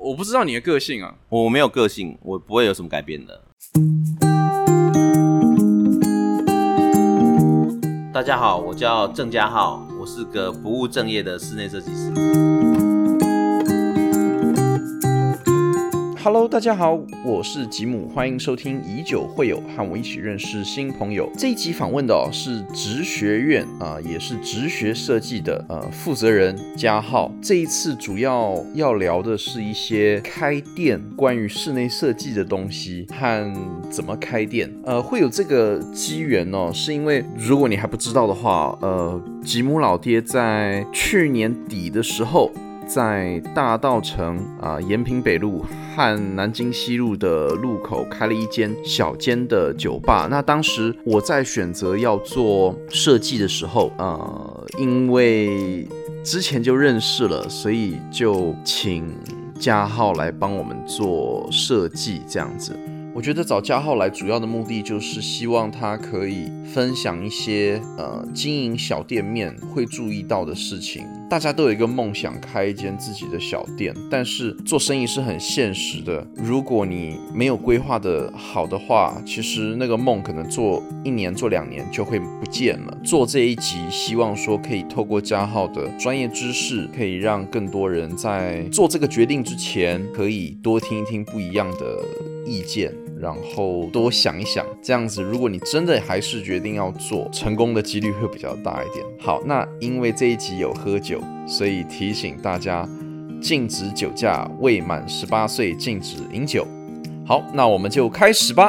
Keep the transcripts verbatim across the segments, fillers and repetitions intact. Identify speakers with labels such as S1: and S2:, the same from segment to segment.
S1: 我不知道你的个性啊。
S2: 我没有个性，我不会有什么改变的。大家好，我叫郑家浩，我是个不务正业的室内设计师。
S1: Hello， 大家好，我是吉姆，欢迎收听以酒会友，和我一起认识新朋友。这一集访问的、哦、是职学院啊、呃，也是职学设计的呃负责人家浩。这一次主要要聊的是一些开店关于室内设计的东西和怎么开店。呃，会有这个机缘哦，是因为如果你还不知道的话，呃，吉姆老爹在去年底的时候，在大稻埕啊、延平北路和南京西路的路口开了一间小间的酒吧。那当时我在选择要做设计的时候，呃，因为之前就认识了，所以就请家浩来帮我们做设计，这样子。我觉得找家浩来主要的目的就是希望他可以分享一些呃经营小店面会注意到的事情。大家都有一个梦想，开一间自己的小店，但是做生意是很现实的。如果你没有规划的好的话，其实那个梦可能做一年、做两年就会不见了。做这一集，希望说可以透过家浩的专业知识，可以让更多人在做这个决定之前，可以多听一听不一样的意见，然后多想一想，这样子如果你真的还是决定要做，成功的几率会比较大一点。好，那因为这一集有喝酒，所以提醒大家禁止酒驾，未满十八岁禁止饮酒。好，那我们就开始吧。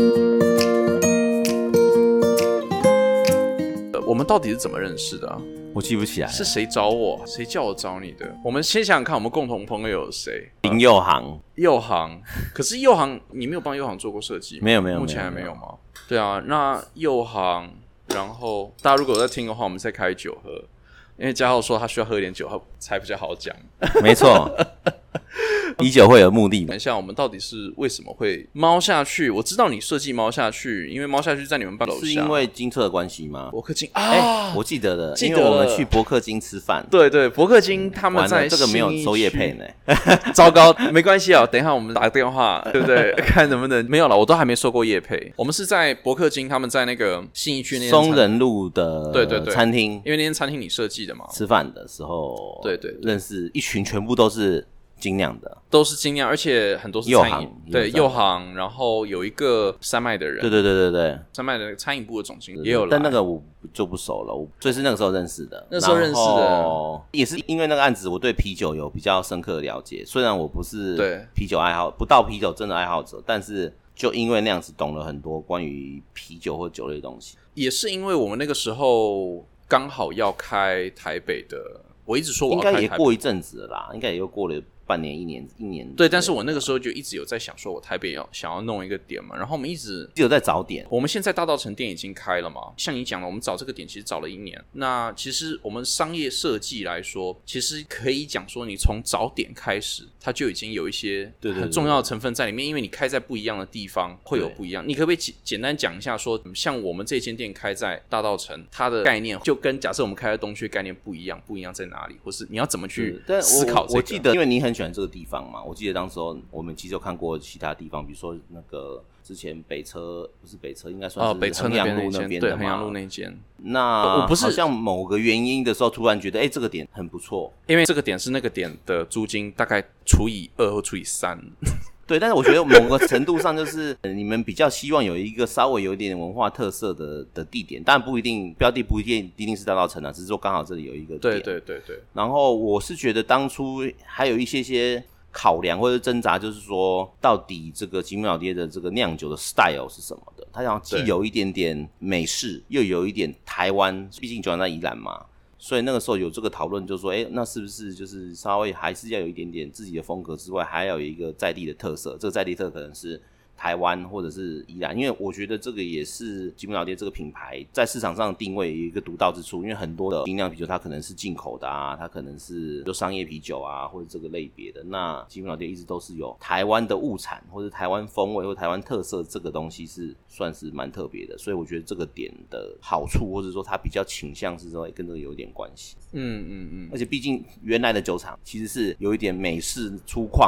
S1: 我们到底是怎么认识的啊？
S2: 我记不起来了，
S1: 是谁找我？谁叫我找你的？我们先想想看，我们共同朋友有谁？
S2: 林佑航。
S1: 佑航，可是佑航，你没有帮佑航做过设计吗？
S2: 没有没有，
S1: 目前还没有吗？对啊，那佑航，然后大家如果有在听的话，我们再开酒喝，因为家浩说他需要喝一点酒，他才比较好讲。
S2: 没错。以酒会有目的。
S1: 等一下，我们到底是为什么会猫下去？我知道你设计猫下去，因为猫下去在你们办楼下，
S2: 是因为金策的关系吗？
S1: 伯克金啊、
S2: 欸，我记得了，
S1: 记得了，
S2: 因为我们去伯克金吃饭。
S1: 对对，伯克金他们在、
S2: 嗯、这个没有收业配呢。
S1: 糟糕，没关系啊，等一下我们打个电话，对不对？看能不能没有了，我都还没收过业配。我们是在伯克金，他们在那个信义区那间
S2: 松仁路的
S1: 对对对餐
S2: 厅，
S1: 因为那间餐厅你设计的嘛。
S2: 吃饭的时候，
S1: 对 对, 对，
S2: 认识一群全部都是精酿的，
S1: 都是精酿，而且很多是餐饮，对，佑航，然后有一个山脉的人，
S2: 对对对对对，
S1: 山脉的餐饮部的总经理也有来，
S2: 但那个我就不熟了，我所以是那个时候认识的，
S1: 那时候认识的，
S2: 也是因为那个案子，我对啤酒有比较深刻的了解，虽然我不是
S1: 对
S2: 啤酒爱好，不到啤酒真的爱好者，但是就因为那样子懂了很多关于啤酒或酒类的东西，
S1: 也是因为我们那个时候刚好要开台北的，我一直说我要开台北，
S2: 应该也过一阵子了啦，应该也又过了半年一年一年。
S1: 对，但是我那个时候就一直有在想说我台北要想要弄一个点嘛，然后我们一直
S2: 有在找点。
S1: 我们现在大稻埕店已经开了嘛，像你讲的我们找这个点其实找了一年，那其实我们商业设计来说，其实可以讲说你从找点开始它就已经有一些很重要的成分在里面，对对对对，因为你开在不一样的地方会有不一样。你可不可以简单讲一下说，像我们这间店开在大稻埕，它的概念就跟假设我们开在东区概念不一样，不一样在哪里，或是你要怎么去思考这个？
S2: 我, 我记得因为你很喜欢这个地方嘛，我记得当时候我们其实有看过其他地方，比如说那个之前北车，不是北车，应该算是衡阳路那边的嘛，
S1: 对，衡阳路那间。
S2: 那
S1: 我不是
S2: 好像某个原因的时候，突然觉得，哎、欸，这个点很不错，
S1: 因为这个点是那个点的租金大概除以二或除以三。
S2: 对，但是我觉得某个程度上就是、呃、你们比较希望有一个稍微有一点文化特色的的地点，当然不一定标的不一定一定是大稻埕啊，只是说刚好这里有一个点。
S1: 对对对对。
S2: 然后我是觉得当初还有一些些考量或者挣扎，就是说到底这个吉姆老爹的这个酿酒的 style 是什么的？他想既有一点点美式，又有一点台湾，毕竟酒厂在宜兰嘛。所以那个时候有这个讨论，就是说，哎，那是不是就是稍微还是要有一点点自己的风格之外，还要有一个在地的特色？这个在地特色可能是台湾或者是宜兰，因为我觉得这个也是吉姆老爹这个品牌在市场上的定位有一个独到之处，因为很多的精酿啤酒它可能是进口的啊，它可能是就商业啤酒啊或者这个类别的，那吉姆老爹一直都是有台湾的物产或者台湾风味或台湾特色，这个东西是算是蛮特别的，所以我觉得这个点的好处或者说它比较倾向是说跟这个有一点关系。
S1: 嗯嗯嗯，
S2: 而且毕竟原来的酒厂其实是有一点美式粗犷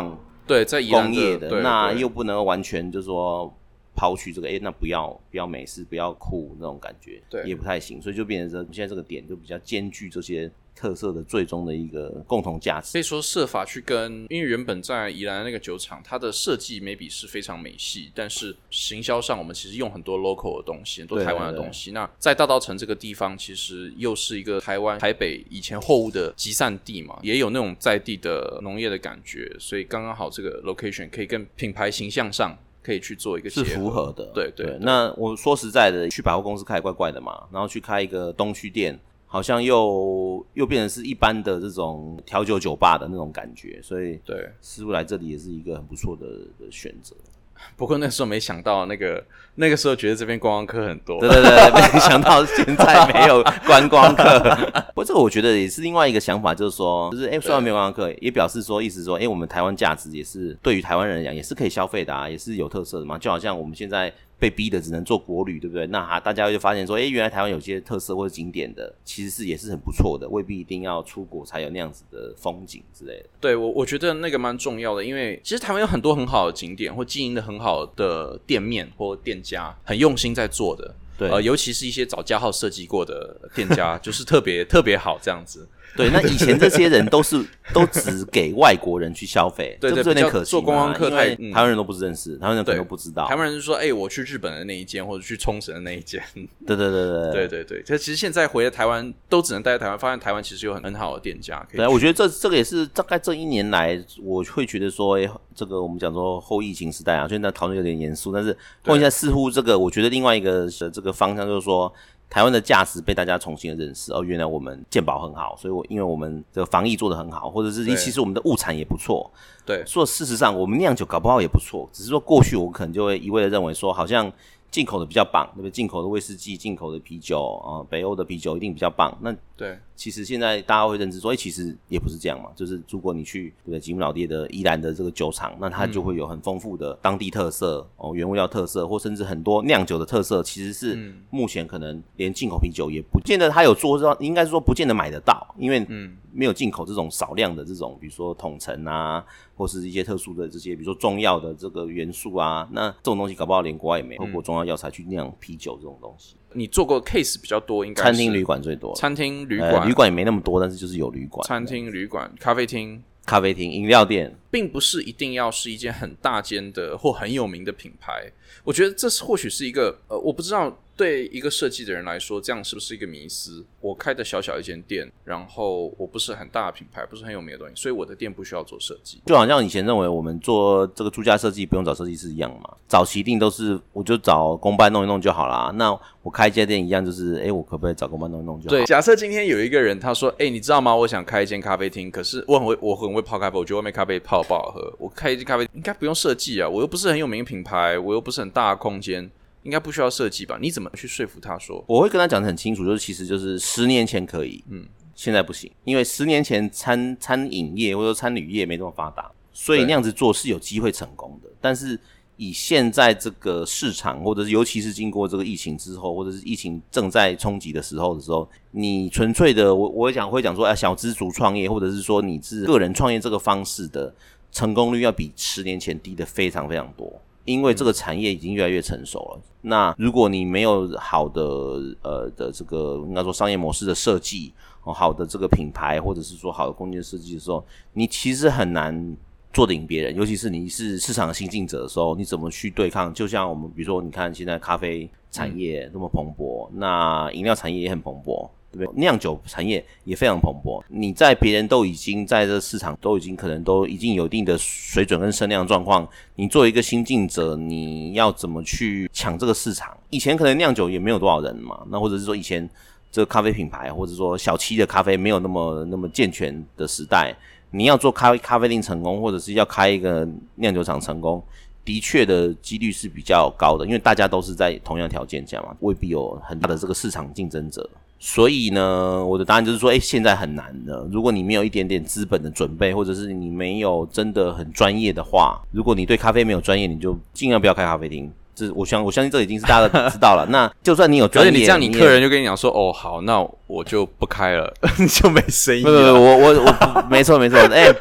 S1: 对，在宜兰
S2: 工业的，
S1: 对
S2: 那
S1: 对
S2: 又不能完全就是说抛去这个，哎、欸，那不要不要美式，不要酷那种感觉，
S1: 对，
S2: 也不太行，所以就变成现在这个点就比较兼具这些特色的最终的一个共同价值。
S1: 可以说设法去跟，因为原本在宜兰那个酒厂，它的设计 maybe 是非常美系，但是行销上我们其实用很多 local 的东西，很多台湾的东西。那在大稻埕这个地方，其实又是一个台湾台北以前货物的集散地嘛，也有那种在地的农业的感觉，所以刚刚好这个 location 可以跟品牌形象上可以去做一个结合，
S2: 是符合的。
S1: 对 对,
S2: 对, 对。那我说实在的，去百货公司开怪怪的嘛，然后去开一个东区店，好像又又变成是一般的这种调酒酒吧的那种感觉，所以
S1: 对，
S2: 师傅来这里也是一个很不错的的选择。
S1: 不过那时候没想到，那个那个时候觉得这边观光客很多，
S2: 对对对，没想到现在没有观光客。不过这个我觉得也是另外一个想法，就是说，就是哎，虽然没有观光客，也表示说，意思说，哎，我们台湾价值也是对于台湾人来讲也是可以消费的啊，也是有特色的嘛。就好像我们现在被逼的只能做国旅，对不对？那哈，大家就发现说，哎，原来台湾有些特色或者景点的，其实是也是很不错的，未必一定要出国才有那样子的风景之类的。
S1: 对，我我觉得那个蛮重要的，因为其实台湾有很多很好的景点或经营的很好的店面或店家，很用心在做的。
S2: 对，
S1: 呃，尤其是一些找家号设计过的店家，就是特别特别好这样子。
S2: 对，那以前这些人都是都只给外国人去消费，
S1: 对对，
S2: 这不是有点可惜吗？
S1: 做观光客太、
S2: 嗯、台湾人都不认识，台湾人可能都不知道。
S1: 台湾人就说：“哎、欸，我去日本的那一间，或者去冲绳的那一间。”
S2: 对对对对
S1: 对对对。其实现在回来台湾，都只能待在台湾，发现台湾其实有很很好的店家可以。
S2: 对，我觉得这这个也是大概这一年来，我会觉得说，哎、欸，这个我们讲说后疫情时代啊，现在讨论有点严肃，但是后现在似乎这个，我觉得另外一个这个方向就是说。台湾的价值被大家重新的认识，哦，原来我们健保很好，所以我因为我们的防疫做得很好，或者是其实我们的物产也不错，
S1: 对，
S2: 说事实上我们酿酒搞不好也不错，只是说过去我可能就会一味的认为说好像进口的比较棒，对不对？进口的威士忌、进口的啤酒啊、呃，北欧的啤酒一定比较棒。那
S1: 对，
S2: 其实现在大家会认知说，哎、欸，其实也不是这样嘛。就是如果你去对不对吉姆老爹的宜兰的这个酒厂，那它就会有很丰富的当地特色哦，原物料特色，或甚至很多酿酒的特色，其实是目前可能连进口啤酒也不见得它有做，应该是说不见得买得到，因为没有进口这种少量的这种，比如说桶陈啊，或是一些特殊的这些，比如说中药的这个元素啊，那这种东西搞不好连国外也没透过中药药材去酿啤酒这种东西。
S1: 你做过 case 比较多，应该是
S2: 餐厅旅馆最多，
S1: 餐厅旅馆、
S2: 呃、旅馆也没那么多，但是就是有旅馆、
S1: 餐厅旅馆、咖啡厅、
S2: 咖啡厅、饮料店，
S1: 并不是一定要是一间很大间的或很有名的品牌。我觉得这是或许是一个呃，我不知道对一个设计的人来说，这样是不是一个迷思？我开的小小一间店，然后我不是很大的品牌，不是很有名的东西，所以我的店不需要做设计。
S2: 就好像以前认为我们做这个住家设计不用找设计师一样嘛，早期一定都是我就找工班弄一弄就好啦。那我开一家店一样，就是哎、欸，我可不可以找工班弄一弄就好？
S1: 对，假设今天有一个人他说，哎、欸，你知道吗？我想开一间咖啡厅，可是我很会，我很会泡咖啡，我觉得外面咖啡泡不好喝，我开一间咖啡应该不用设计啊，我又不是很有名的品牌，我又不是很大的空间。应该不需要设计吧？你怎么去说服他说？
S2: 我会跟他讲得很清楚，就是其实就是十年前可以，嗯，现在不行，因为十年前餐餐饮业或者说餐旅业没这么发达，所以那样子做是有机会成功的。但是以现在这个市场，或者是尤其是经过这个疫情之后，或者是疫情正在冲击的时候的时候，你纯粹的我我会讲会讲说，啊，小资族创业，或者是说你是个人创业这个方式的成功率要比十年前低的非常非常多。因为这个产业已经越来越成熟了，那如果你没有好的呃的这个应该说商业模式的设计，哦，好的这个品牌或者是说好的空间设计的时候，你其实很难做得赢别人，尤其是你是市场的新进者的时候，你怎么去对抗？就像我们比如说，你看现在咖啡产业那么蓬勃，嗯、那饮料产业也很蓬勃。对不对？酿酒产业也非常蓬勃。你在别人都已经在这市场都已经可能都已经有一定的水准跟声量状况，你作为一个新进者，你要怎么去抢这个市场？以前可能酿酒也没有多少人嘛，那或者是说以前这个咖啡品牌或者说小七的咖啡没有那么那么健全的时代，你要做咖啡咖啡店成功，或者是要开一个酿酒厂成功，的确的几率是比较高的，因为大家都是在同样条件下嘛，未必有很大的这个市场竞争者。所以呢，我的答案就是说，哎、欸，现在很难的。如果你没有一点点资本的准备，或者是你没有真的很专业的话，如果你对咖啡没有专业，你就尽量不要开咖啡厅。这我相我相信这已经是大家都知道了。那就算你有专业，
S1: 可是你这样，你客人就跟你讲说，哦，好，那我就不开了，你就没生意了。
S2: 不不不，我我我没错没错，哎、欸。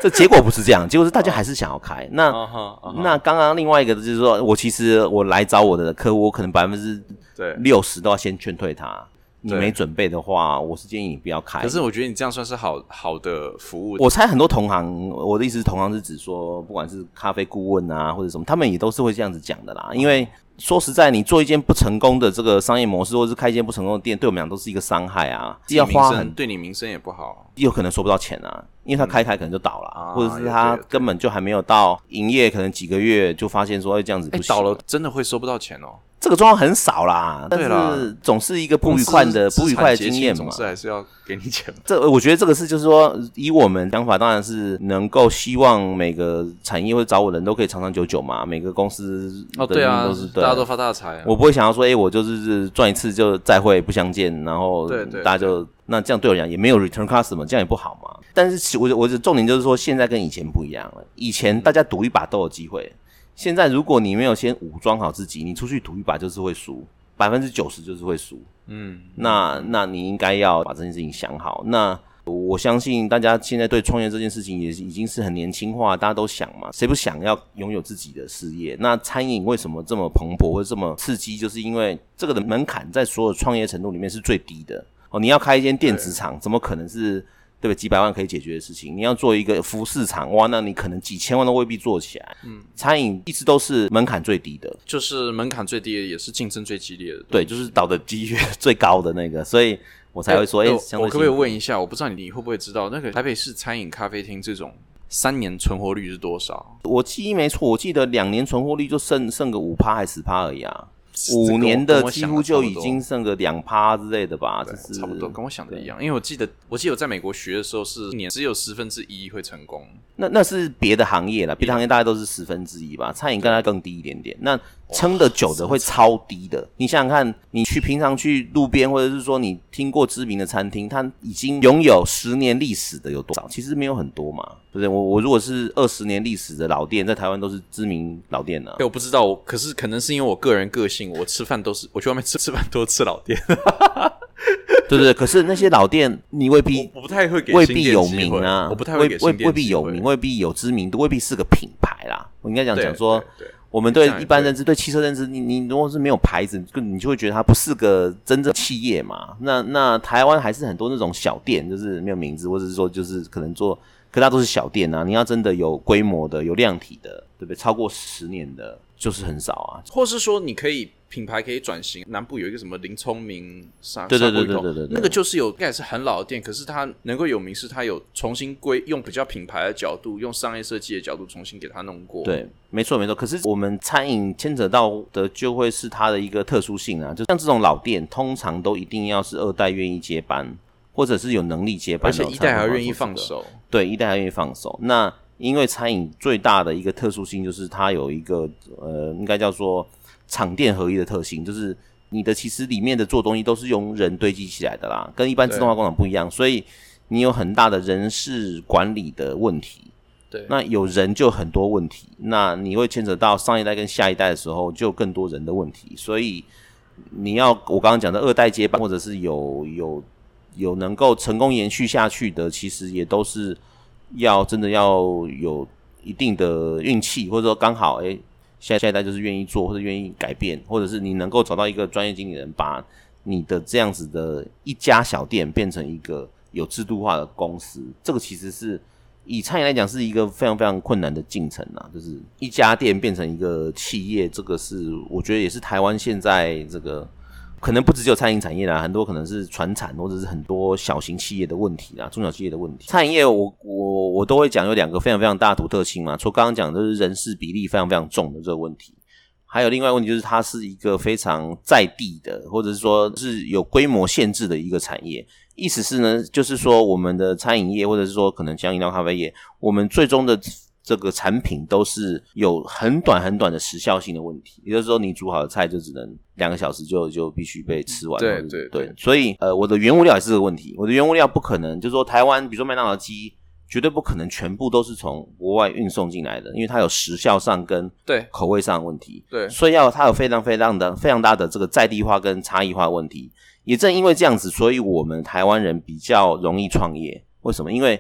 S2: 这结果不是这样，结果是大家还是想要开。那、uh huh, uh huh. 那刚刚另外一个就是说，我其实我来找我的客户，我可能百分之六十都要先劝退他。你没准备的话，我是建议你不要开。
S1: 可是我觉得你这样算是好好的服务。
S2: 我猜很多同行，我的意思是同行是指说，不管是咖啡顾问啊或者什么，他们也都是会这样子讲的啦。因为说实在，你做一间不成功的这个商业模式，或者是开一间不成功的店，对我们俩都是一个伤害啊。要花很
S1: 对你名声也不好，
S2: 有可能收不到钱啊，因为他开开可能就倒了，嗯、或者是他根本就还没有到营业，可能几个月就发现说，哎，这样子不行、
S1: 欸，倒了真的会收不到钱哦。
S2: 这个状况很少啦，但是总是一个不愉快的不愉快的经验嘛，
S1: 总是还是要给你钱。
S2: 这我觉得这个是就是说，以我们想法当然是能够希望每个产业或者找我的人都可以长长久久嘛，每个公司
S1: 哦对啊，
S2: 都是
S1: 大家都发大财、啊。
S2: 我不会想要说，哎、欸，我就是赚一次就再会不相见，然后大家就对对对那这样对我来讲也没有 return customer， 这样也不好嘛。但是我我的重点就是说，现在跟以前不一样了，以前大家赌一把都有机会。现在如果你没有先武装好自己，你出去赌一把就是会输，百分之九十就是会输。嗯，那那你应该要把这件事情想好。那我相信大家现在对创业这件事情也已经是很年轻化，大家都想嘛，谁不想要拥有自己的事业？那餐饮为什么这么蓬勃或者这么刺激？就是因为这个的门槛在所有创业程度里面是最低的。哦，你要开一间电子厂，怎么可能是？对不对？几百万可以解决的事情，你要做一个服饰厂，哇，那你可能几千万都未必做起来。嗯，餐饮一直都是门槛最低的，
S1: 就是门槛最低的，也是竞争最激烈的。
S2: 对，就是倒的几率最高的那个，所以我才会说，哎、欸欸，
S1: 我可不可以问一下？我不知道你会不会知道，那个台北市餐饮咖啡厅这种三年存活率是多少？
S2: 我记忆没错，我记得两年存活率就剩剩个五趴还十趴而已啊。五年的几乎就已经剩个两趴之类的吧，就是
S1: 差不多跟我想的一样。因为我记得，我记得我在美国学的时候是一年只有十分之一会成功。
S2: 那那是别的行业啦，别的行业大概都是十分之一吧，餐饮跟它更低一点点。那撑得久的会超低的。你想想看，你去平常去路边，或者是说你听过知名的餐厅，它已经拥有十年历史的有多少？其实没有很多嘛，对不对？我我如果是二十年历史的老店，在台湾都是知名老店啊。
S1: 我不知道，可是可能是因为我个人个性，我吃饭都是我去外面吃吃饭都吃老店。
S2: 对对对，可是那些老店你未必
S1: 我不太会给
S2: 未必有名啊，
S1: 我不太会给新店机会，
S2: 未必有名，未必有知名度，未必是个品牌啦。我应该讲讲说，
S1: 对对对，
S2: 我们对一般认知，对汽车认知，你你如果是没有牌子，你就会觉得它不是个真正企业嘛。那那台湾还是很多那种小店，就是没有名字，或者是说就是可能做，可它都是小店啊。你要真的有规模的、有量体的，对不对？超过十年的，就是很少啊。
S1: 或是说你可以。品牌可以转型，南部有一个什么林聪明沙
S2: 对对对对对对，
S1: 那个就是有，应该也是很老的店，可是它能够有名，是它有重新归用比较品牌的角度，用商业设计的角度重新给它弄过。
S2: 对，没错没错。可是我们餐饮牵扯到的就会是它的一个特殊性啊，就像这种老店，通常都一定要是二代愿意接班，或者是有能力接班，
S1: 而且一代还愿意放手。
S2: 对，一代还愿意放手。那因为餐饮最大的一个特殊性就是它有一个呃，应该叫做。厂店合一的特性，就是你的其实里面的做东西都是用人堆积起来的啦，跟一般自动化工厂不一样，所以你有很大的人事管理的问题。
S1: 对，
S2: 那有人就很多问题，那你会牵扯到上一代跟下一代的时候，就有更多人的问题。所以你要我刚刚讲的二代接班，或者是有有有能够成功延续下去的，其实也都是要真的要有一定的运气，或者说刚好哎。欸下一代就是愿意做或者愿意改变，或者是你能够找到一个专业经理人，把你的这样子的一家小店变成一个有制度化的公司，这个其实是以餐饮来讲是一个非常非常困难的进程啊，就是一家店变成一个企业，这个是我觉得也是台湾现在这个可能不只有餐饮产业啦，很多可能是传产或者是很多小型企业的问题啦，中小企业的问题。餐饮业我我我都会讲有两个非常非常大的独特性嘛，除刚刚讲的就是人事比例非常非常重的这个问题，还有另外一个问题就是它是一个非常在地的，或者是说是有规模限制的一个产业。意思是呢，就是说我们的餐饮业或者是说可能像饮料咖啡业，我们最终的这个产品都是有很短很短的时效性的问题，也就是说你煮好的菜就只能两个小时就就必须被吃完。
S1: 对对
S2: 对, 对，所以呃，我的原物料也是个问题，我的原物料不可能就是说台湾比如说麦当劳鸡绝对不可能全部都是从国外运送进来的，因为它有时效上跟口味上的问题。
S1: 对，
S2: 所以要它有非常非常的非常大的这个在地化跟差异化的问题。也正因为这样子，所以我们台湾人比较容易创业。为什么？因为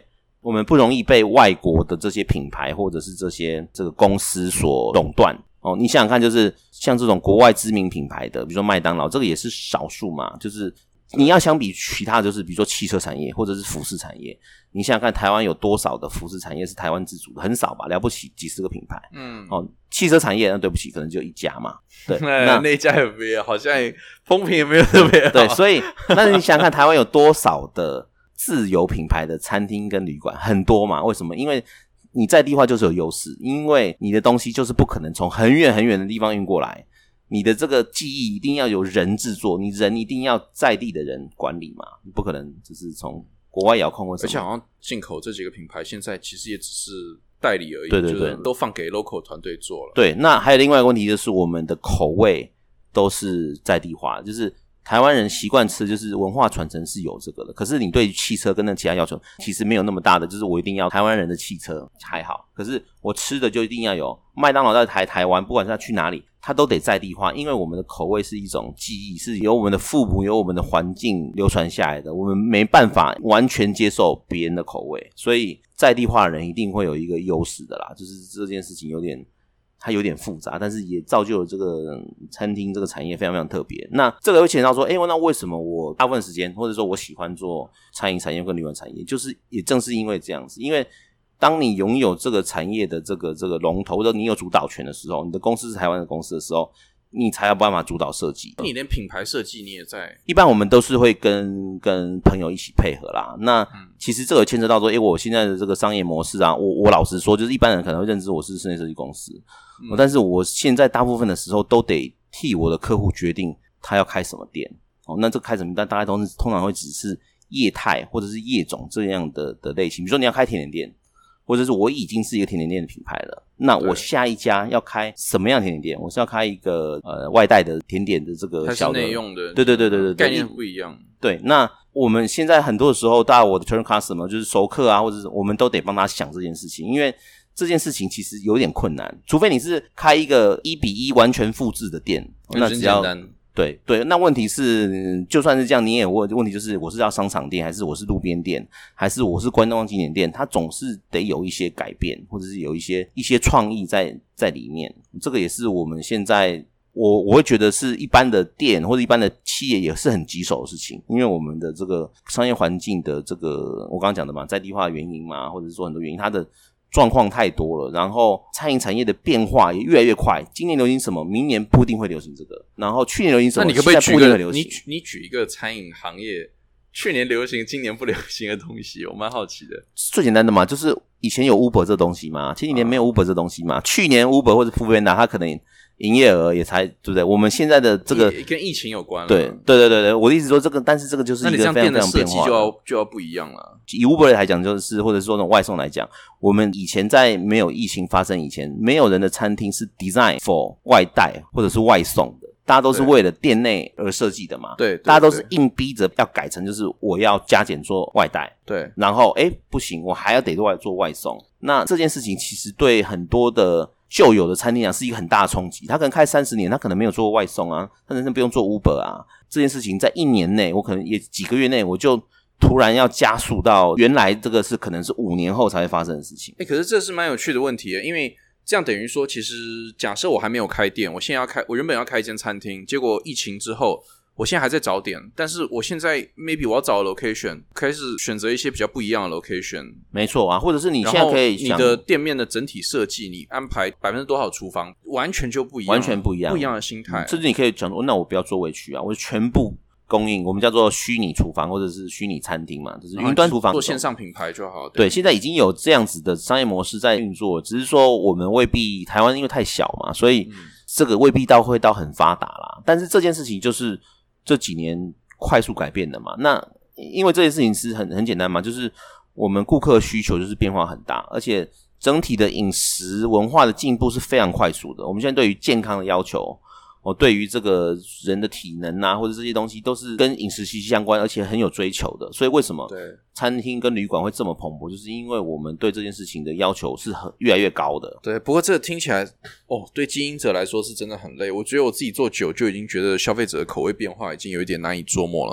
S2: 我们不容易被外国的这些品牌或者是这些这个公司所垄断。哦，你想想看，就是像这种国外知名品牌的，比如说麦当劳，这个也是少数嘛，就是你要相比其他，就是比如说汽车产业或者是服饰产业，你想想看台湾有多少的服饰产业是台湾自主的，很少吧，了不起几十个品牌。嗯，哦，汽车产业那对不起可能就一家嘛。对，那
S1: 那一家也没有，好像风评也没有特别好。
S2: 对，所以那你想想看台湾有多少的自有品牌的餐厅跟旅馆，很多嘛。为什么？因为你在地化就是有优势，因为你的东西就是不可能从很远很远的地方运过来，你的这个技艺一定要有人制作，你人一定要在地的人管理嘛，你不可能只是从国外遥控或什么。
S1: 而且好像进口这几个品牌现在其实也只是代理而已，
S2: 对对对，
S1: 就是都放给 local 团队做了。
S2: 对，那还有另外一个问题就是我们的口味都是在地化，就是台湾人习惯吃，就是文化传承是有这个的，可是你对汽车跟那其他要求其实没有那么大的，就是我一定要台湾人的汽车还好，可是我吃的就一定要有麦当劳在台台湾，不管是他去哪里它都得在地化，因为我们的口味是一种记忆，是由我们的父母由我们的环境流传下来的，我们没办法完全接受别人的口味，所以在地化的人一定会有一个优势的啦，就是这件事情有点它有点复杂，但是也造就了这个餐厅这个产业非常非常特别。那这个会牵扯到说，诶，那为什么我大部分时间或者说我喜欢做餐饮产业跟旅馆产业，就是也正是因为这样子，因为当你拥有这个产业的这个这个龙头，或者你有主导权的时候，你的公司是台湾的公司的时候，你才有办法主导设计。
S1: 你连品牌设计你也在？
S2: 一般我们都是会跟跟朋友一起配合啦。那其实这个牵扯到说，诶，我现在的这个商业模式啊，我我老实说，就是一般人可能会认知我是室内设计公司，嗯，但是我现在大部分的时候都得替我的客户决定他要开什么店。哦，那这个开什么店大概都是通常会只是业态或者是业种这样的的类型。比如说你要开甜点店，或者是我已经是一个甜点店的品牌了，那我下一家要开什么样的甜点店？我是要开一个呃外带的甜点的这个小的，
S1: 还是内用的？
S2: 对对对对对，
S1: 概念不一样。
S2: 对，那我们现在很多的时候，大家我的 turn customer 就是熟客啊，或者是我们都得帮他想这件事情，因为这件事情其实有点困难，除非你是开一个一比一完全复制的店，那只要对对，那问题是，就算是这样，你也有问题，就是我是要商场店，还是我是路边店，还是我是观光景点店，它总是得有一些改变，或者是有一些一些创意在在里面。这个也是我们现在，我我会觉得是一般的店或者一般的企业也是很棘手的事情，因为我们的这个商业环境的这个我刚刚讲的嘛，在地化的原因嘛，或者是说很多原因，它的状况太多了，然后餐饮产业的变化也越来越快。今年流行什么，明年不一定会流行这个。然后去年流行什么，
S1: 那你可不可以举个
S2: 你
S1: 你举一个餐饮行业去年流行、今年不流行的东西？我蛮好奇的。
S2: 最简单的嘛，就是以前有 Uber 这东西嘛，前几年没有 Uber 这东西嘛。啊、去年 Uber 或者 Foodpanda 它可能营业额也才对不对？我们现在的这个
S1: 跟疫情有关了。
S2: 对对对对对，我的意思说这个，但是这个就是一个非常非常变化的。那你这样店的设计
S1: 就要就要不一样了。
S2: 以 Uber 来讲，就是或者说那种外送来讲，我们以前在没有疫情发生以前，没有人的餐厅是 design for 外带或者是外送的。大家都是为了店内而设计的嘛，
S1: 对，
S2: 大家都是硬逼着要改成就是我要加减做外带，
S1: 对，
S2: 然后诶不行，我还要得外做外送。那这件事情其实对很多的旧有的餐厅讲是一个很大的冲击。他可能开三十年，他可能没有做过外送啊，他人生不用做 Uber 啊。这件事情在一年内，我可能也几个月内，我就突然要加速到原来这个是可能是五年后才会发生的事情。
S1: 诶，可是这是蛮有趣的问题耶，因为这样等于说，其实假设我还没有开店，我现在要开，我原本要开一间餐厅，结果疫情之后，我现在还在找点，但是我现在 maybe 我要找的 location， 开始选择一些比较不一样的 location。
S2: 没错啊，或者是你现在可以想
S1: 你的店面的整体设计，你安排百分之多少厨房，完全就不一样，
S2: 完全不一样，
S1: 不一样的心态。
S2: 甚至你可以讲说，那我不要做委屈啊，我全部供应，我们叫做虚拟厨房或者是虚拟餐厅嘛，就是云端厨房
S1: 做线上品牌就好。
S2: 对，现在已经有这样子的商业模式在运作，只是说我们未必台湾因为太小嘛，所以这个未必到会到很发达啦。但是这件事情就是这几年快速改变的嘛。那因为这件事情是很很简单嘛，就是我们顾客需求就是变化很大，而且整体的饮食文化的进步是非常快速的。我们现在对于健康的要求。哦，对于这个人的体能啊，或者这些东西都是跟饮食息息相关，而且很有追求的。所以为什么餐厅跟旅馆会这么蓬勃，就是因为我们对这件事情的要求是很越来越高的。
S1: 对，不过这个听起来，哦，对经营者来说是真的很累。我觉得我自己做久就已经觉得消费者的口味变化已经有一点难以捉摸了。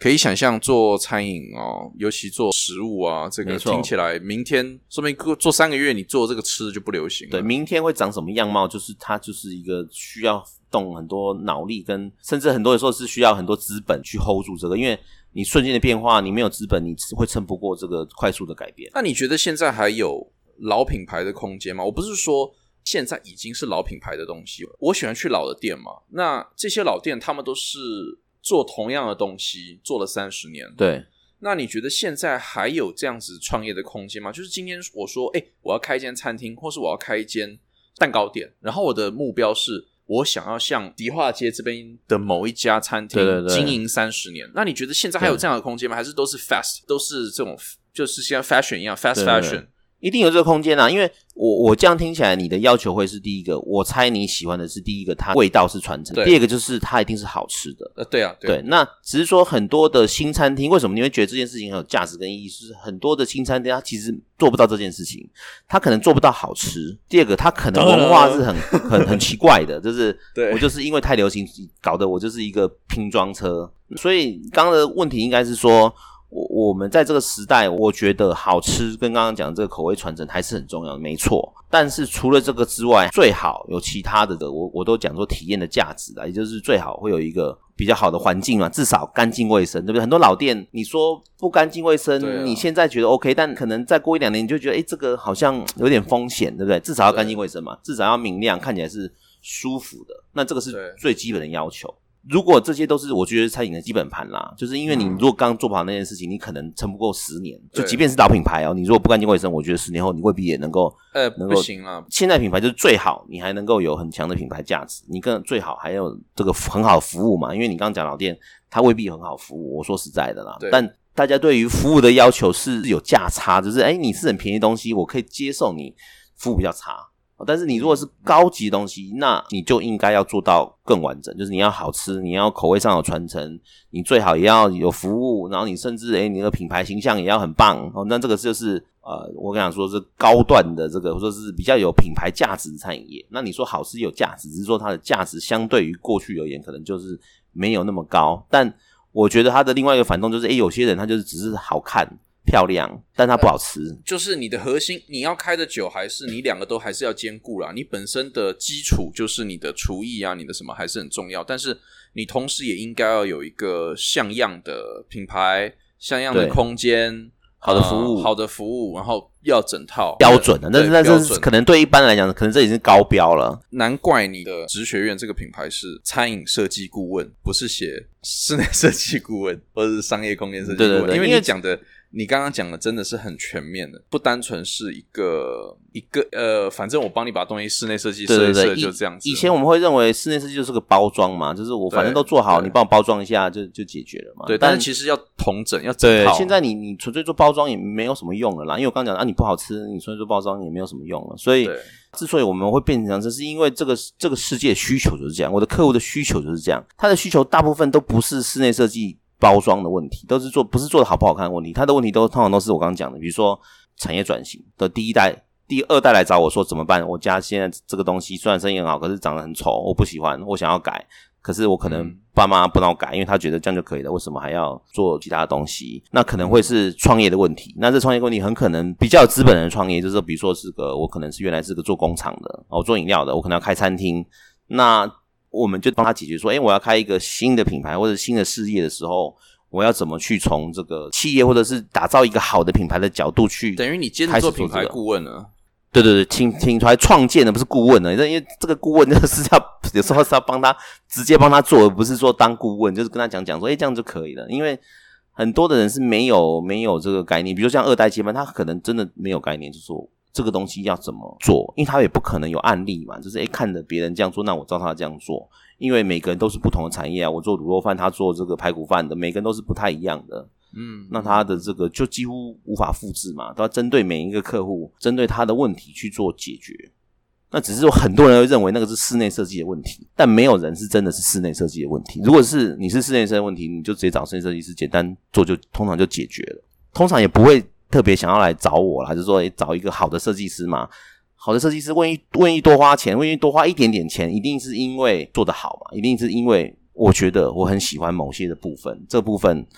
S1: 可以想象做餐饮哦，尤其做食物啊，这个听起来明天说不定做三个月你做这个吃就不流行了。
S2: 对，明天会长什么样貌，就是它就是一个需要动很多脑力跟甚至很多的时候是需要很多资本去 hold 住这个，因为你瞬间的变化，你没有资本，你会撑不过这个快速的改变。
S1: 那你觉得现在还有老品牌的空间吗？我不是说现在已经是老品牌的东西，我喜欢去老的店嘛。那这些老店他们都是做同样的东西，做了三十年。
S2: 对。
S1: 那你觉得现在还有这样子创业的空间吗？就是今天我说，哎、欸，我要开一间餐厅，或是我要开一间蛋糕店，然后我的目标是我想要像迪化街这边的某一家餐厅经营三十年。那你觉得现在还有这样的空间吗？还是都是 fast， 都是这种就是像 fashion 一样 fast fashion？
S2: 对对对，一定有这个空间啊，因为我我这样听起来，你的要求会是第一个，我猜你喜欢的是第一个，它味道是传承；第二个就是它一定是好吃的。
S1: 呃，对啊，
S2: 对啊，对。那只是说很多的新餐厅，为什么你会觉得这件事情很有价值跟意义？就是很多的新餐厅它其实做不到这件事情，它可能做不到好吃。第二个，它可能文化是很很很奇怪的，就是我就是因为太流行，搞得我就是一个拼装车。所以刚刚的问题应该是说，我我们在这个时代，我觉得好吃跟刚刚讲的这个口味传承还是很重要的，没错。但是除了这个之外，最好有其他的的，我我都讲说体验的价值啦，也就是最好会有一个比较好的环境嘛，至少干净卫生，对不对？很多老店你说不干净卫生、啊，你现在觉得 OK， 但可能再过一两年你就觉得，哎，这个好像有点风险，对不对？至少要干净卫生嘛，至少要明亮，看起来是舒服的，那这个是最基本的要求。如果这些都是我觉得餐饮的基本盘啦，就是因为你如果刚做不好那件事情，你可能撑不够十年。就即便是老品牌哦，你如果不干净卫生，我觉得十年后你未必也能够
S1: 呃
S2: 能够
S1: 不行啦。
S2: 现在品牌就是最好，你还能够有很强的品牌价值，你更最好还有这个很好的服务嘛，因为你刚刚讲老店，它未必很好服务。我说实在的啦，但大家对于服务的要求是有价差，就是哎，你是很便宜的东西，我可以接受你服务比较差。但是你如果是高级的东西，那你就应该要做到更完整，就是你要好吃，你要口味上有传承，你最好也要有服务，然后你甚至诶你的品牌形象也要很棒哦。那这个就是呃，我跟你讲说是高段的这个，或者是比较有品牌价值的餐饮业。那你说好吃有价值，只是说它的价值相对于过去而言，可能就是没有那么高。但我觉得它的另外一个反动就是，诶有些人他就是只是好看。漂亮，但它不好吃、呃。
S1: 就是你的核心，你要开的酒还是你两个都还是要兼顾啦。你本身的基础就是你的厨艺啊，你的什么还是很重要，但是你同时也应该要有一个像样的品牌、像样的空间、
S2: 好的服务、
S1: 呃、好的服务，然后要整套
S2: 标准的。但是但是可能对一般来讲，可能这已经是高标了。
S1: 难怪你的职学院这个品牌是餐饮设计顾问，不是写室内设计顾问或者是商业空间设计顾问。
S2: 对对对，
S1: 因为你讲的。你刚刚讲的真的是很全面的，不单纯是一个一个呃，反正我帮你把东西室内设计设一设就这样子。
S2: 以前我们会认为室内设计就是个包装嘛，就是我反正都做好，你帮我包装一下就就解决了嘛。
S1: 对，但是其实要统整，要整套。
S2: 对，现在你你纯粹做包装也没有什么用了啦，因为我刚刚讲啊，你不好吃，你纯粹做包装也没有什么用了。所以之所以我们会变成这样，是因为这个这个世界的需求就是这样，我的客户的需求就是这样，他的需求大部分都不是室内设计。包装的问题都是做不是做的好不好看的问题，他的问题都通常都是我刚刚讲的，比如说产业转型的第一代、第二代来找我说怎么办？我家现在这个东西虽然生意很好，可是长得很丑，我不喜欢，我想要改，可是我可能爸妈不让我改，因为他觉得这样就可以了，为什么还要做其他的东西？那可能会是创业的问题，那这创业问题很可能比较有资本人的创业，就是比如说是个我可能是原来是个做工厂的，我做饮料的，我可能要开餐厅，那我们就帮他解决说，诶，我要开一个新的品牌或者新的事业的时候，我要怎么去从这个企业或者是打造一个好的品牌的角度去，
S1: 等于你兼职做品牌顾问了。
S2: 对对对，请请出来创建的不是顾问了，因为这个顾问就是要有时候是要帮他直接帮他做，而不是说当顾问，就是跟他讲讲说，诶，这样就可以了。因为很多的人是没有没有这个概念，比如像二代接班，他可能真的没有概念，就是说这个东西要怎么做，因为他也不可能有案例嘛，就是诶看着别人这样做，那我照他这样做，因为每个人都是不同的产业啊，我做卤肉饭，他做这个排骨饭的，每个人都是不太一样的，嗯，那他的这个就几乎无法复制嘛，都要针对每一个客户，针对他的问题去做解决。那只是说很多人会认为那个是室内设计的问题，但没有人是真的是室内设计的问题。如果是你是室内设计的问题，你就直接找室内设计师简单做，就通常就解决了，通常也不会特别想要来找我啦，就是说找一个好的设计师嘛。好的设计师愿意愿意多花钱，愿意多花一点点钱，一定是因为做得好嘛，一定是因为我觉得我很喜欢某些的部分，这部分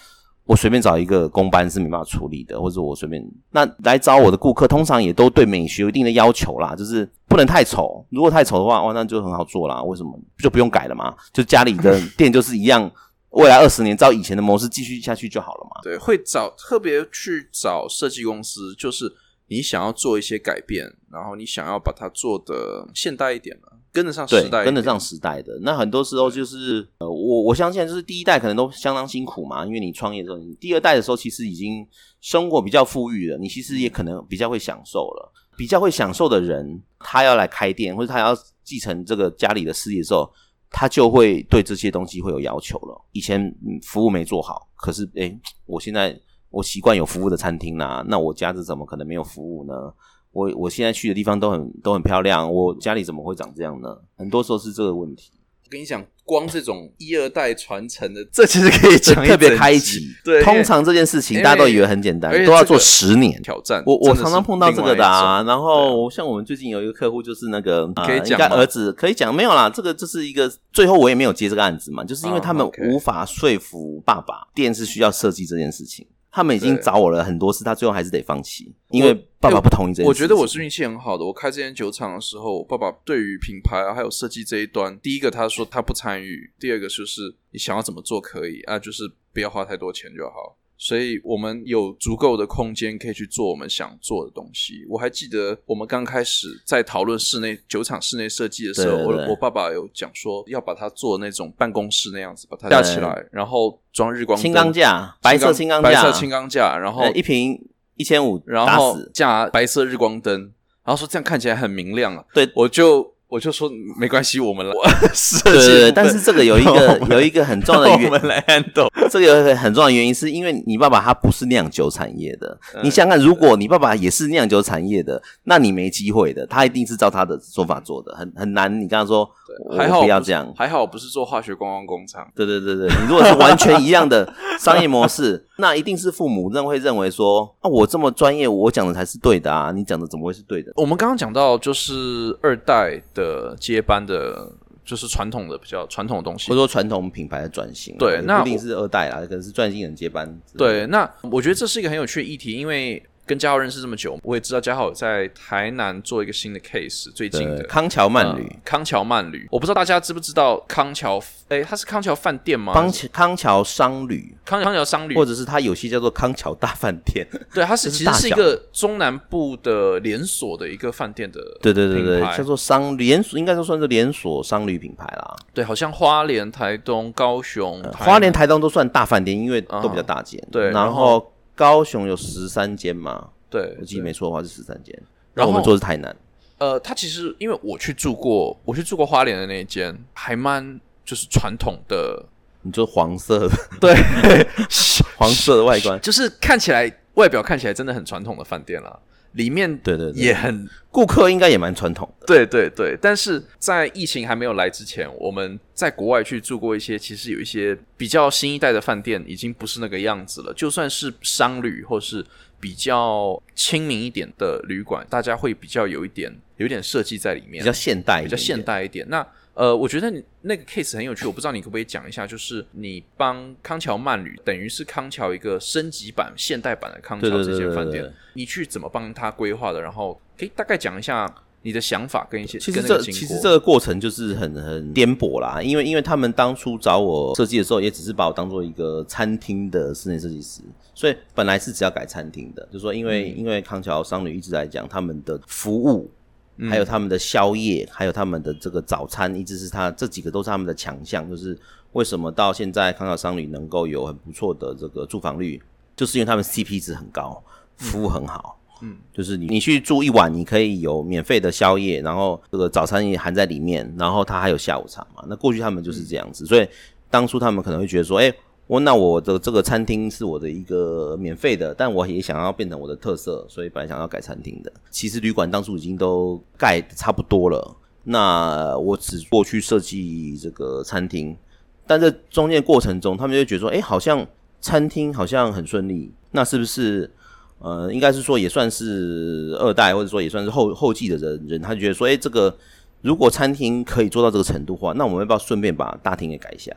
S2: 我随便找一个工班是没办法处理的，或者我随便那来找我的顾客，通常也都对美学有一定的要求啦，就是不能太丑，如果太丑的话，哇，那就很好做啦。为什么就不用改了嘛？就家里的店就是一样，未来二十年照以前的模式继续下去就好了嘛。
S1: 对，会找特别去找设计公司，就是你想要做一些改变，然后你想要把它做得现代一点了，跟得上时代一点，
S2: 对，跟得上时代的。那很多时候就是呃，我我相信就是第一代可能都相当辛苦嘛，因为你创业的时候，你第二代的时候其实已经生活比较富裕了，你其实也可能比较会享受了。比较会享受的人，他要来开店或者他要继承这个家里的事业的时候，他就会对这些东西会有要求了。以前、嗯、服务没做好，可是诶，我现在我习惯有服务的餐厅啦，那我家这怎么可能没有服务呢？我我现在去的地方都很都很漂亮，我家里怎么会长这样呢？很多时候是这个问题。
S1: 我跟你讲，光这种一二代传承的，这其实可以讲
S2: 特别开一集。
S1: 对，
S2: 通常这件事情大家都以为很简单，都要做十年
S1: 挑战。
S2: 我我常常碰到这个的啊。然后像我们最近有一个客户，就是那个
S1: 可以讲、
S2: 呃、应该儿子可以讲没有啦。这个就是一个最后我也没有接这个案子嘛，就是因为他们无法说服爸爸，店是需要设计这件事情。他们已经找我了很多次，他最后还是得放弃，因为爸爸不同意这件事情。
S1: 我觉得我是运气很好的，我开这间酒厂的时候，爸爸对于品牌啊还有设计这一端，第一个他说他不参与，第二个就是你想要怎么做可以啊，就是不要花太多钱就好。所以我们有足够的空间可以去做我们想做的东西。我还记得我们刚开始在讨论室内酒厂室内设计的时候，
S2: 对对对，
S1: 我我爸爸有讲说要把它做那种办公室那样子，把它架起来，然后装日光灯，
S2: 轻钢架，白色轻钢架，
S1: 白色轻钢架，然后
S2: 一瓶一千五，
S1: 然后架白色日光灯，然后说这样看起来很明亮啊。
S2: 对，
S1: 我就我就说没关系，我们来设计。
S2: 对对对，但是这个有一个有一个很重要的原因，
S1: 我们来 handle。
S2: 这个有一个很重要的原因，是因为你爸爸他不是酿酒产业的。嗯、你想想看，如果你爸爸也是酿酒产业的，那你没机会的。他一定是照他的做法做的，很很难。你刚刚说，
S1: 还好
S2: 不要这样，
S1: 还好我不是做化学观光工厂。
S2: 对对对对，你如果是完全一样的商业模式，那一定是父母认会认为说，啊，我这么专业，我讲的才是对的啊，你讲的怎么会是对的？
S1: 我们刚刚讲到就是二代的接班的。就是传统的比较传统的东西，
S2: 或者说传统品牌的转型，
S1: 对，那
S2: 不一定是二代啦，可能是专新人接班。
S1: 对，那我觉得这是一个很有趣的议题，因为跟嘉豪认识这么久，我也知道嘉豪有在台南做一个新的 case， 最近的
S2: 康桥慢旅、
S1: 呃，康桥慢旅，我不知道大家知不知道康桥，诶，它是康桥饭店吗？
S2: 康康桥商旅，
S1: 康康桥商旅，
S2: 或者是它有些叫做康桥大饭店。
S1: 对，它是其实是一个中南部的连锁的一个饭店的品牌，
S2: 对对对对，叫做商连锁，应该说算是连锁商旅品牌啦。
S1: 对，好像花莲、台东、高雄，
S2: 呃、花莲、台东都算大饭店，因为都比较大间、嗯。
S1: 对，
S2: 然后高雄有十三间嘛。
S1: 对，
S2: 我记得没错的话是十三间，然后我们做的是台南。
S1: 呃，它其实因为我去住过，我去住过花莲的那一间，还蛮就是传统的，
S2: 你说黄色的，
S1: 对，
S2: 黄色的外观，
S1: 就是看起来外表看起来真的很传统的饭店啦，里面
S2: 对对对
S1: 也很
S2: 顾客应该也蛮传统的，
S1: 对对对。但是在疫情还没有来之前，我们在国外去住过一些，其实有一些比较新一代的饭店已经不是那个样子了，就算是商旅或是比较亲民一点的旅馆，大家会比较有一点有一点设计在里面，
S2: 比较现代一点点，
S1: 比较现代一点。那呃，我觉得你那个 case 很有趣，我不知道你可不可以讲一下，就是你帮康桥慢旅，等于是康桥一个升级版、现代版的康桥这间饭店，你去怎么帮他规划的？然后可以大概讲一下你的想法跟一些
S2: 其实这
S1: 跟那个经过。
S2: 其实这个过程就是很很颠簸啦，因为因为他们当初找我设计的时候，也只是把我当做一个餐厅的室内设计师，所以本来是只要改餐厅的，就是说因为、嗯、因为康桥商旅一直来讲他们的服务。还有他们的宵夜，还有他们的这个早餐，一直是他这几个都是他们的强项。就是为什么到现在康桥商旅能够有很不错的这个住房率，就是因为他们 C P 值很高，服务很好。嗯，就是你你去住一晚，你可以有免费的宵夜，然后这个早餐也含在里面，然后他还有下午茶嘛。那过去他们就是这样子，所以当初他们可能会觉得说，哎、欸。我那我的这个餐厅是我的一个免费的，但我也想要变成我的特色，所以本来想要改餐厅的。其实旅馆当初已经都盖差不多了，那我只过去设计这个餐厅，但这中间过程中，他们就觉得说，哎，好像餐厅好像很顺利，那是不是呃，应该是说也算是二代，或者说也算是后后继的人人，他就觉得说，哎，这个如果餐厅可以做到这个程度的话，那我们要不要顺便把大厅也改一下？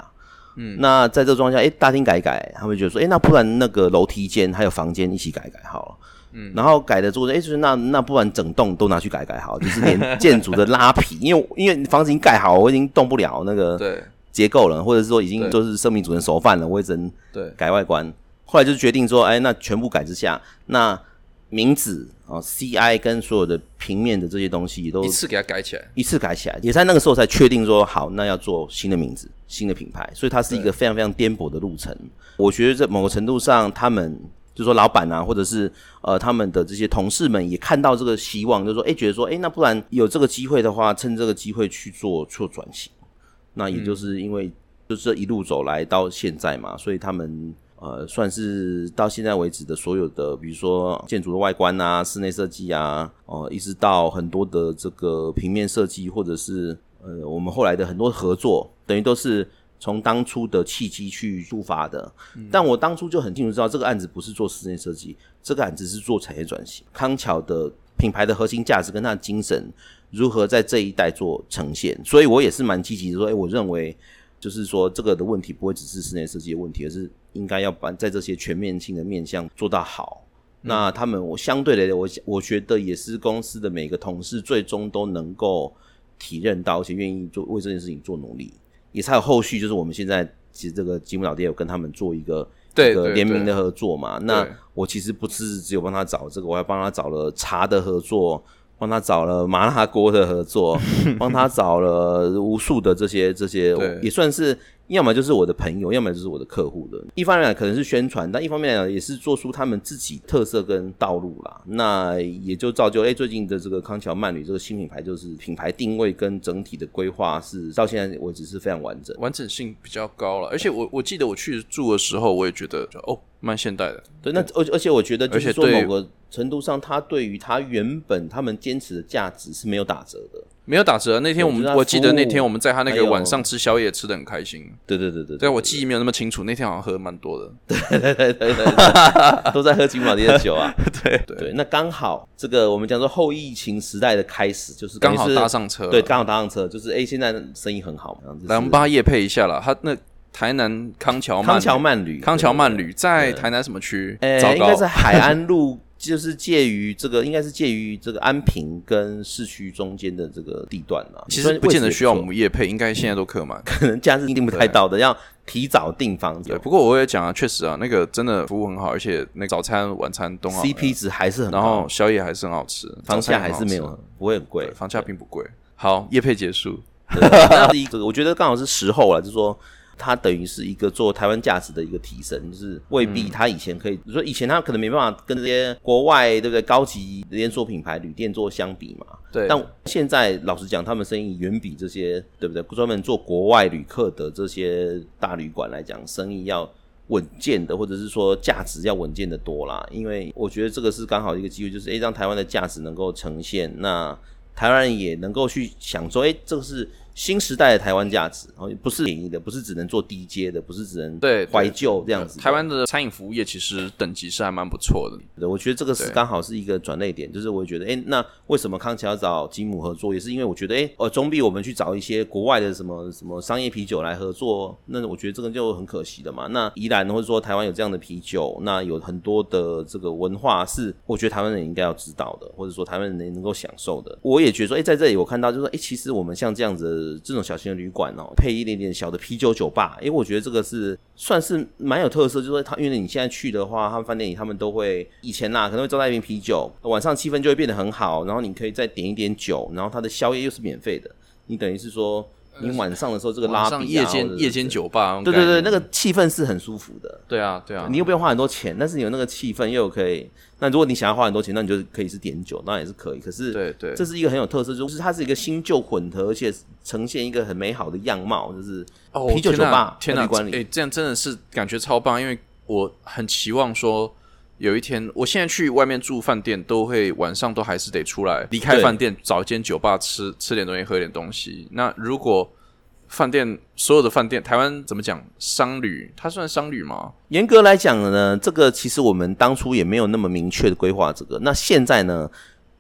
S2: 嗯，那在这个状况下，哎，大厅改一改，他们觉得说，哎，那不然那个楼梯间还有房间一起改改好了。嗯，然后改的之后，哎，就是那那不然整栋都拿去改改好，就是连建筑的拉皮，因为因为房子已经盖好，我已经动不了那个结构了，或者是说已经都是生命主人熟饭了，我也只能改外观。后来就决定说，哎，那全部改之下，那名字啊、C I 跟所有的平面的这些东西也都
S1: 一次给它改起来，
S2: 一次改起来，也在那个时候才确定说，好，那要做新的名字、新的品牌，所以它是一个非常非常颠簸的路程。我觉得在某个程度上，他们就是说老板啊，或者是呃他们的这些同事们也看到这个希望，就是说，哎，觉得说，哎，那不然有这个机会的话，趁这个机会去做做转型。那也就是因为就是这一路走来到现在嘛，所以他们。呃，算是到现在为止的所有的，比如说建筑的外观啊、室内设计啊，哦、呃，一直到很多的这个平面设计，或者是呃，我们后来的很多合作，等于都是从当初的契机去出发的。嗯、但我当初就很清楚知道，这个案子不是做室内设计，这个案子是做产业转型。康桥的品牌的核心价值跟它的精神如何在这一代做呈现，所以我也是蛮积极的说，哎，我认为。就是说这个的问题不会只是室内设计的问题，而是应该要把在这些全面性的面向做到好。嗯、那他们我相对的我我觉得也是公司的每个同事最终都能够体认到，而且愿意做为这件事情做努力，也才有后续。就是我们现在其实这个吉姆老爹有跟他们做一个这个联名的合作嘛。那我其实不是只有帮他找这个，我还帮他找了茶的合作。帮他找了麻辣锅的合作，帮他找了无数的这些这些，也算是要么就是我的朋友，要么就是我的客户的。一方面来可能是宣传，但一方面来讲也是做出他们自己特色跟道路啦。那也就造就，哎、欸，最近的这个康桥慢旅这个新品牌，就是品牌定位跟整体的规划是到现在为止是非常完整，
S1: 完整性比较高了。而且我我记得我去住的时候，我也觉得哦，蛮现代的。
S2: 对，那而而且我觉得就是说某个程度上，它对于它原本他们坚持的价值是没有打折的。
S1: 没有打折。那天我们 我, 我记得那天我们在他那个晚上吃宵夜吃得很开心。
S2: 对对对对 对,
S1: 对，我记忆没有那么清楚，那天好像喝蛮多的。
S2: 对对对对对，都在喝金马爹的酒啊。
S1: 对
S2: 对, 对，那刚好这个我们讲说后疫情时代的开始，就是
S1: 刚好搭上车。
S2: 对，刚好搭上车，就是哎，现在生意很好嘛。
S1: 来，我们帮他业配一下啦。他那台南康桥
S2: 康桥慢旅，
S1: 康桥慢旅在台南什么区？
S2: 呃，应该是海安路。就是介于这个，应该是介于这个安平跟市区中间的这个地段啦。
S1: 其实不见得需要我们业配，应该现在都客满，
S2: 可能假日订不太到的，要提早订房子。
S1: 对，不过我也讲啊，确实啊，那个真的服务很好，而且那个早餐、晚餐都好
S2: ，C P 值还是很高，
S1: 然后宵夜还是很好吃，
S2: 房价还是没有不会很贵，
S1: 房价并不贵。好，业配结束。
S2: 那第一个，我觉得刚好是时候了，就是说。它等于是一个做台湾价值的一个提升，就是未必他以前可以，比如说以前他可能没办法跟这些国外对不对高级连锁品牌旅店做相比嘛，
S1: 对。
S2: 但现在老实讲，他们生意远比这些对不对专门做国外旅客的这些大旅馆来讲，生意要稳健的，或者是说价值要稳健的多啦。因为我觉得这个是刚好一个机会，就是诶让台湾的价值能够呈现，那台湾人也能够去想说，诶这个是。新时代的台湾价值，不是便宜的，不是只能做低阶的，不是只能怀旧这样子。
S1: 台湾的餐饮服务业其实等级是还蛮不错的。
S2: 对，我觉得这个是刚好是一个转捩点，就是我觉得，哎，那为什么康桥要找吉姆合作，也是因为我觉得，哎，呃，总比我们去找一些国外的什么什么商业啤酒来合作，那我觉得这个就很可惜的嘛。那宜兰或者说台湾有这样的啤酒，那有很多的这个文化是我觉得台湾人应该要知道的，或者说台湾人能够享受的。我也觉得说，哎，在这里我看到就是说，哎，其实我们像这样子的。这种小型的旅馆哦，配一点点小的啤酒酒吧，因为我觉得这个是算是蛮有特色，就是说他因为你现在去的话，他们饭店里他们都会以前啦，可能会招待一瓶啤酒，晚上气氛就会变得很好，然后你可以再点一点酒，然后它的宵夜又是免费的，你等于是说你晚上的时候这个拉比、啊、
S1: 夜间夜间酒吧，
S2: 对对对，那个气氛是很舒服的。
S1: 对啊对啊，
S2: 你又不用花很多钱，但是你有那个气氛又可以。那如果你想要花很多钱，那你就可以是点酒，当然也是可以。可是，
S1: 对对，
S2: 这是一个很有特色，就是它是一个新旧混合，而且呈现一个很美好的样貌，就是啤酒酒吧。
S1: 天哪，天哪，哎，这样真的是感觉超棒，因为我很期望说。有一天，我现在去外面住饭店，都会晚上都还是得出来，离开饭店找一间酒吧吃吃点东西，喝点东西。那如果饭店所有的饭店，台湾怎么讲？商旅，它算商旅吗？
S2: 严格来讲呢，这个其实我们当初也没有那么明确的规划这个。那现在呢，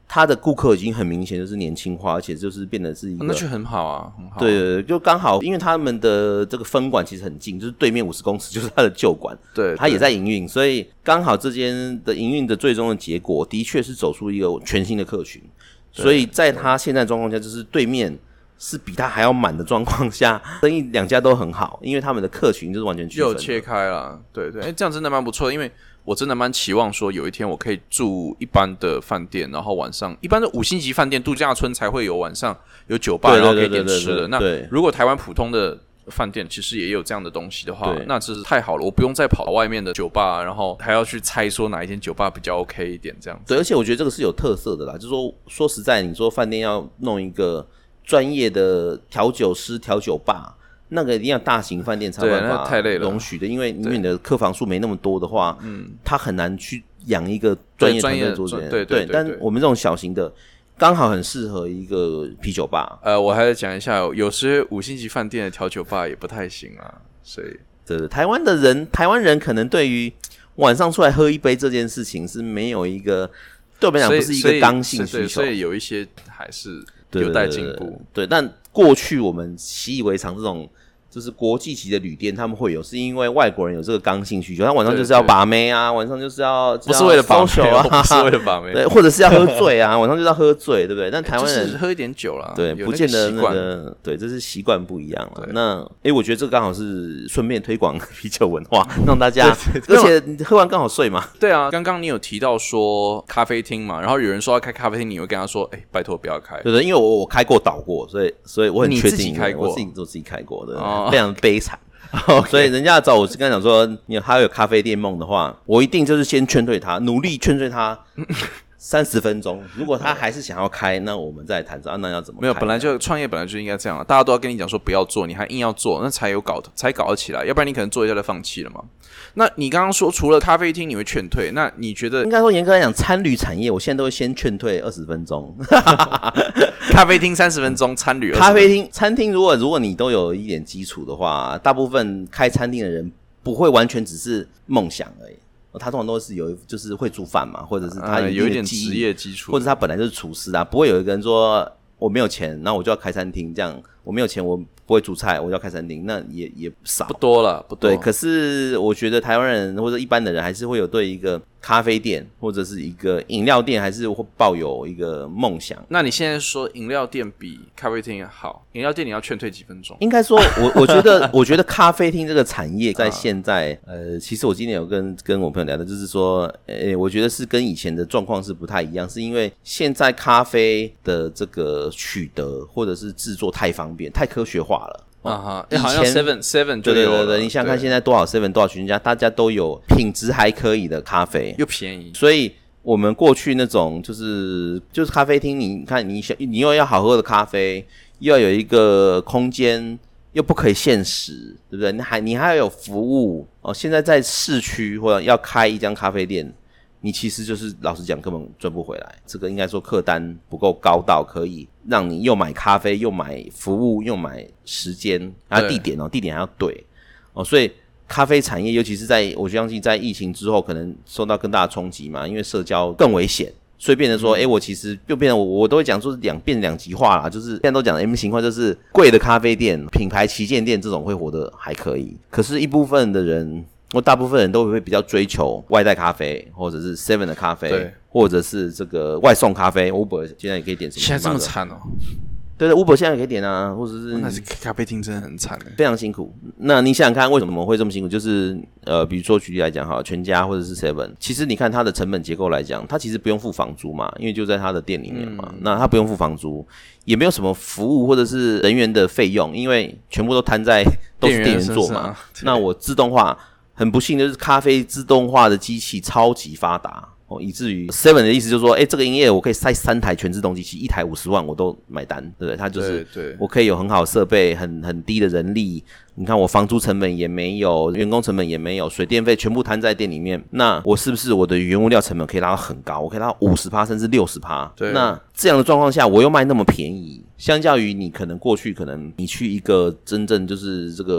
S2: 他的顾客已经很明显就是年轻化，而且就是变得是一个、
S1: 哦、那就很好啊，很好啊。
S2: 对对对，就刚好，因为他们的这个分馆其实很近，就是对面五十公尺就是他的旧馆，
S1: 对，
S2: 他也在营运，所以刚好这间的营运的最终的结果，的确是走出一个全新的客群，所以在他现在状况下，就是对面是比他还要满的状况下，生意两家都很好，因为他们的客群就是完全区分，
S1: 又切开了，对对，哎，这样真的蛮不错的，因为我真的蛮期望说有一天我可以住一般的饭店，然后晚上一般的五星级饭店度假村才会有晚上有酒吧，然后可以点吃的。那如果台湾普通的饭店其实也有这样的东西的话，那真是太好了，我不用再跑到外面的酒吧，然后还要去猜说哪一间酒吧比较 OK 一点这样子。
S2: 对，而且我觉得这个是有特色的啦，就是说说实在，你说饭店要弄一个专业的调酒师、调酒吧。那个一定要大型饭店才有办法容许的，因为因为你的客房数没那么多的话，嗯，他很难去养一个专业团队做这件事。对 对, 对, 对，但我们这种小型的，刚好很适合一个啤酒吧。
S1: 呃，我还要讲一下，有些五星级饭店的调酒吧也不太行啊，所以
S2: 对台湾的人，台湾人可能对于晚上出来喝一杯这件事情是没有一个，对我们讲不是一个刚性需求，
S1: 所以有一些还是有待进步。
S2: 对, 对, 对, 对, 对，但过去我们习以为常这种。就是国际级的旅店，他们会有，是因为外国人有这个刚性需求，他晚上就是要把妹啊，晚上就是要
S1: 不是为了把妹
S2: 啊，
S1: 不是为了把妹，
S2: 对，或者是要喝醉啊，晚上就是要喝醉，对不对？但台湾人、
S1: 就是、喝一点酒啦，
S2: 对，不见得那个，对，这是习惯不一样了。那哎，我觉得这刚好是顺便推广啤酒文化，让大家，对对对，而且你喝完刚好睡嘛。
S1: 对啊，刚刚你有提到说咖啡厅嘛，然后有人说要开咖啡厅，你会跟他说，哎，拜托不要开，
S2: 对对，因为我我开过倒过，所以所以我很确定，
S1: 你自己开过，
S2: 我自己做自己开过的，哦、非常悲惨。Okay. 所以人家找我跟他讲说，你他有咖啡店梦的话，我一定就是先劝退他，努力劝退他三十分钟。如果他还是想要开，那我们再谈啊，那要怎么开？
S1: 没有，本来就创业本来就应该这样，大家都要跟你讲说不要做，你还硬要做，那才有搞才搞得起来，要不然你可能做一下就放弃了嘛。那你刚刚说除了咖啡厅你会劝退，那你觉得
S2: 应该说严格来讲，餐旅产业我现在都会先劝退二十分钟。
S1: 咖啡厅三十分钟，餐旅
S2: 咖啡厅、餐厅，如果如果你都有一点基础的话，大部分开餐厅的人不会完全只是梦想而已。他通常都是有就是会煮饭嘛，或者是他有
S1: 一, 有一点职业基础，
S2: 或者他本来就是厨师啊，不会有一个人说我没有钱，那我就要开餐厅，这样我没有钱，我不会煮菜，我就要开餐厅，那也也少，
S1: 不多了，不多。
S2: 对，可是我觉得台湾人或者一般的人还是会有对一个咖啡店或者是一个饮料店还是会抱有一个梦想。
S1: 那你现在说饮料店比咖啡厅好，饮料店你要劝退几分钟？
S2: 应该说我我觉得我觉得咖啡厅这个产业在现在、啊、呃，其实我今天有跟跟我朋友聊的，就是说呃，我觉得是跟以前的状况是不太一样，是因为现在咖啡的这个取得或者是制作太方便太科学化了
S1: 啊哈，以前好像 seven seven 就有了，
S2: 对对对对，你想看现在多少 seven 多少全家，大家都有品质还可以的咖啡，
S1: 又便宜，
S2: 所以我们过去那种就是就是咖啡厅，你看你想你又要好喝的咖啡，又要有一个空间，又不可以限时，对不对？你还你还要有服务哦。现在在市区或者要开一家咖啡店，你其实就是老实讲根本赚不回来，这个应该说客单不够高到可以让你又买咖啡又买服务又买时间还有地点哦，地点还要对哦，所以咖啡产业尤其是在我相信在疫情之后可能受到更大的冲击嘛，因为社交更危险，所以变成说诶、嗯欸、我其实就变成我我都会讲说两变两极化啦，就是现在都讲 M 情况，就是贵的咖啡店品牌旗舰店这种会活得还可以，可是一部分的人或大部分人都会比较追求外带咖啡，或者是 seven 的咖啡，或者是这个外送咖啡 Uber 现在也可以点什么？
S1: 现在这么惨哦？
S2: 对对 Uber 现在也可以点啊，或者是、
S1: 哦、那是咖啡厅真的很惨，
S2: 非常辛苦。那你想想看为什么会这么辛苦，就是呃比如说举例来讲哈，全家或者是 seven， 其实你看它的成本结构来讲，它其实不用付房租嘛，因为就在它的店里面嘛、嗯、那它不用付房租，也没有什么服务或者是人员的费用，因为全部都摊在都是店员做嘛。那我自动化很不幸的就是咖啡自动化的机器超级发达哦，以至于 seven 的意思就是说，哎，这个营业我可以塞三台全自动机器，一台五十万我都买单，对不对？它就是我可以有很好的设备，很很低的人力，你看我房租成本也没有，员工成本也没有，水电费全部摊在店里面，那我是不是我的原物料成本可以拉到很高？我可以拉到 百分之五十 甚至 百分之六十？ 对，那这样的状况下，我又卖那么便宜，相较于你可能过去可能你去一个真正就是这个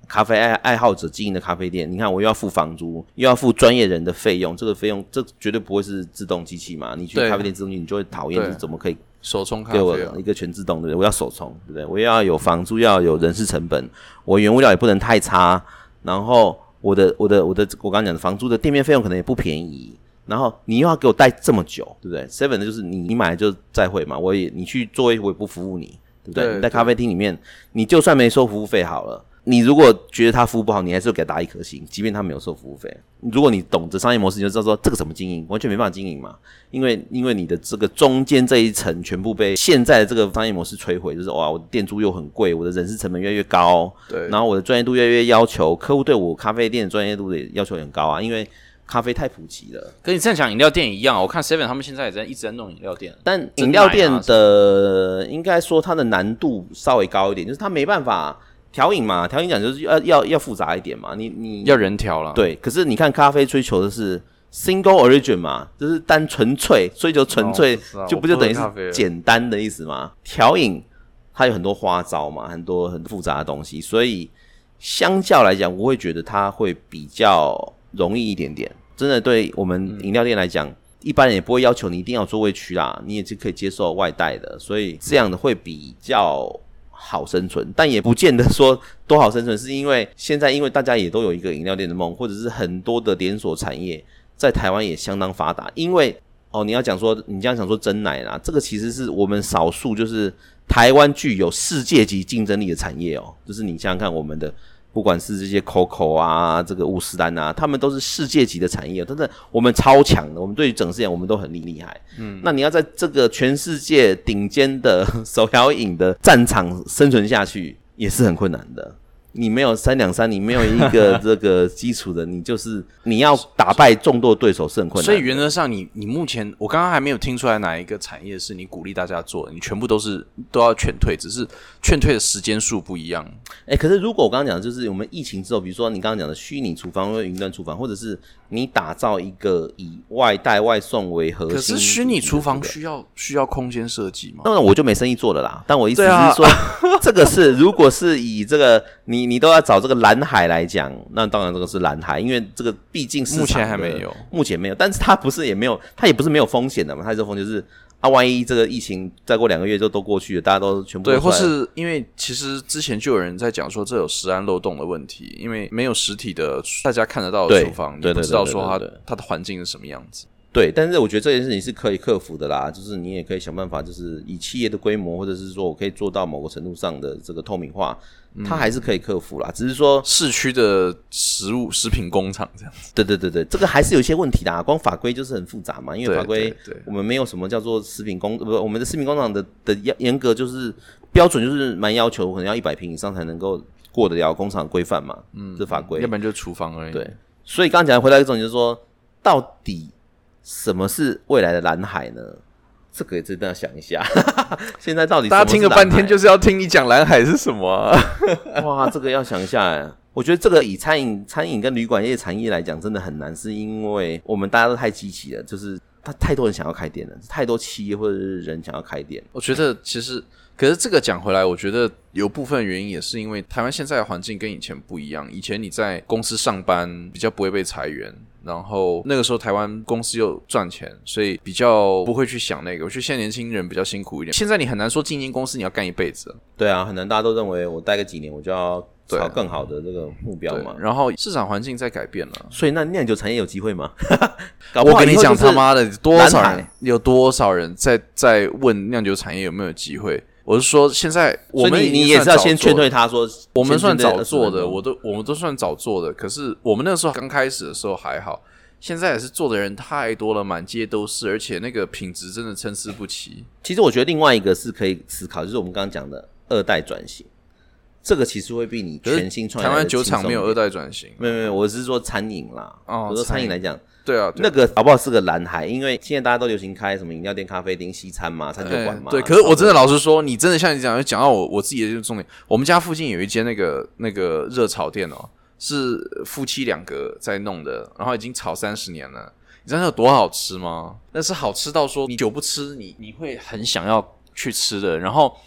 S2: 咖啡爱爱好者经营的咖啡店，你看我又要付房租，又要付专业人的费用，这个费用这绝对不会是自动机器嘛？你去咖啡店自动机器，你就会讨厌，就是怎么可以
S1: 手冲咖啡、啊、
S2: 给我一个全自动，对不对？我要手冲，对不对？我又要有房租，又要有人事成本，我原物料也不能太差，然后我的我的我的我刚刚讲的房租的店面费用可能也不便宜。然后你又要给我待这么久，对不对 ？Seven 的就是你，你买了就再会嘛，我也你去座位我也不服务你，对不对？
S1: 对，
S2: 你在咖啡厅里面，你就算没收服务费好了，你如果觉得他服务不好，你还是要给他打一颗星，即便他没有收服务费。如果你懂得商业模式，你就知道说这个怎么经营，完全没办法经营嘛，因为因为你的这个中间这一层全部被现在的这个商业模式摧毁，就是哇，我的店租又很贵，我的人事成本越来越高，
S1: 对，
S2: 然后我的专业度越来越要求，客户对我咖啡店的专业度也要求很高啊，因为咖啡太普及了，
S1: 跟你这样讲饮料店一样，我看 Seven 他们现在也在一直在弄饮料店，
S2: 但饮料店的、啊、应该说它的难度稍微高一点，就是它没办法调饮嘛，调饮讲就是要要要复杂一点嘛，你你
S1: 要人调了，
S2: 对。可是你看咖啡追求的是 single origin 嘛，就是单纯粹追求纯粹，哦、就不就等于是简单的意思吗？调饮它有很多花招嘛，很多很复杂的东西，所以相较来讲，我会觉得它会比较容易一点点。真的对我们饮料店来讲、嗯，一般人也不会要求你一定要座位区啦，你也是可以接受外带的，所以这样的会比较好生存，但也不见得说多好生存，是因为现在因为大家也都有一个饮料店的梦，或者是很多的连锁产业在台湾也相当发达。因为哦，你要讲说你这样想说珍奶啦，这个其实是我们少数就是台湾具有世界级竞争力的产业哦，就是你想想看我们的。不管是这些 Coco 啊，这个五十丹啊，他们都是世界级的产业，真的我们超强的，我们对于整事业我们都很厉害。嗯，那你要在这个全世界顶尖的手摇饮的战场生存下去，也是很困难的。你没有三两三，你没有一个这个基础的，你就是你要打败众多对手是很困难的。
S1: 所以原则上你，你你目前我刚刚还没有听出来哪一个产业是你鼓励大家做的，你全部都是都要劝退，只是劝退的时间数不一样。
S2: 哎、欸，可是如果我刚刚讲的就是我们疫情之后，比如说你刚刚讲的虚拟厨房或者云端厨房，或者是你打造一个以外带外送为核心，
S1: 可是虚拟厨房需要需要空间设计吗？
S2: 那我就没生意做了啦。但我意思是说，啊、这个是如果是以这个你你都要找这个蓝海来讲，那当然这个是蓝海，因为这个毕竟市场
S1: 目前还没有，
S2: 目前没有，但是它不是也没有，它也不是没有风险的嘛，它这风险就是。啊，万一这个疫情再过两个月就都过去了，大家都全部都
S1: 对，或是因为其实之前就有人在讲说这有食安漏洞的问题，因为没有实体的大家看得到的厨房，你不知道说它它的环境是什么样子。
S2: 对，但是我觉得这件事情是可以克服的啦，就是你也可以想办法，就是以企业的规模，或者是说我可以做到某个程度上的这个透明化，它还是可以克服啦。只是说
S1: 市区的食物食品工厂这样子，
S2: 对对对对，这个还是有一些问题的。光法规就是很复杂嘛，因为法规我们没有什么叫做食品工，不，我们的食品工厂的的严格就是标准就是蛮要求，可能要一百平以上才能够过得了工厂规范嘛，嗯，这法规，
S1: 要不然就是厨房而已。
S2: 对，所以刚刚讲回到一个重点，就是说到底。什么是未来的蓝海呢？这个也真的要想一下。现在到底什么是蓝海？
S1: 大家听了半天就是要听你讲蓝海是什么啊？
S2: 哇，这个要想一下。我觉得这个以餐饮、餐饮跟旅馆业产业来讲，真的很难，是因为我们大家都太积极了，就是他太多人想要开店了，太多企业或者是人想要开店。
S1: 我觉得其实，可是这个讲回来，我觉得有部分原因也是因为台湾现在的环境跟以前不一样。以前你在公司上班比较不会被裁员。然后那个时候台湾公司又赚钱，所以比较不会去想那个。我觉得现在年轻人比较辛苦一点。现在你很难说进一间公司你要干一辈子。
S2: 对啊，很难，大家都认为我待个几年我就要朝更好的这个目标嘛。
S1: 然后市场环境在改变了，
S2: 所以那酿酒产业有机会吗？
S1: 搞不好我跟你讲他妈的，多少人有多少人在在问酿酒产业有没有机会？我是说，现在我们
S2: 你也是要先劝退他说，
S1: 我们算早做的，我都我们都算早做的。可是我们那个时候刚开始的时候还好，现在也是做的人太多了，满街都是，而且那个品质真的参差不齐。
S2: 其实我觉得另外一个是可以思考，就是我们刚刚讲的二代转型，这个其实会比你全新创业。
S1: 台湾酒厂没有二代转型，
S2: 没有没有，我是说餐饮啦。哦，我说餐饮来讲。
S1: 对啊，
S2: 那个好不好是个蓝海，因为现在大家都流行开什么饮料店、咖啡店、西餐嘛、餐酒馆嘛、欸。
S1: 对，可是我真的老实说，你真的像你讲，讲到我我自己的这个重点，我们家附近有一间那个那个热炒店哦，是夫妻两个在弄的，然后已经炒三十年了。你知道那有多好吃吗？那是好吃到说你久不吃，你你会很想要去吃的。然后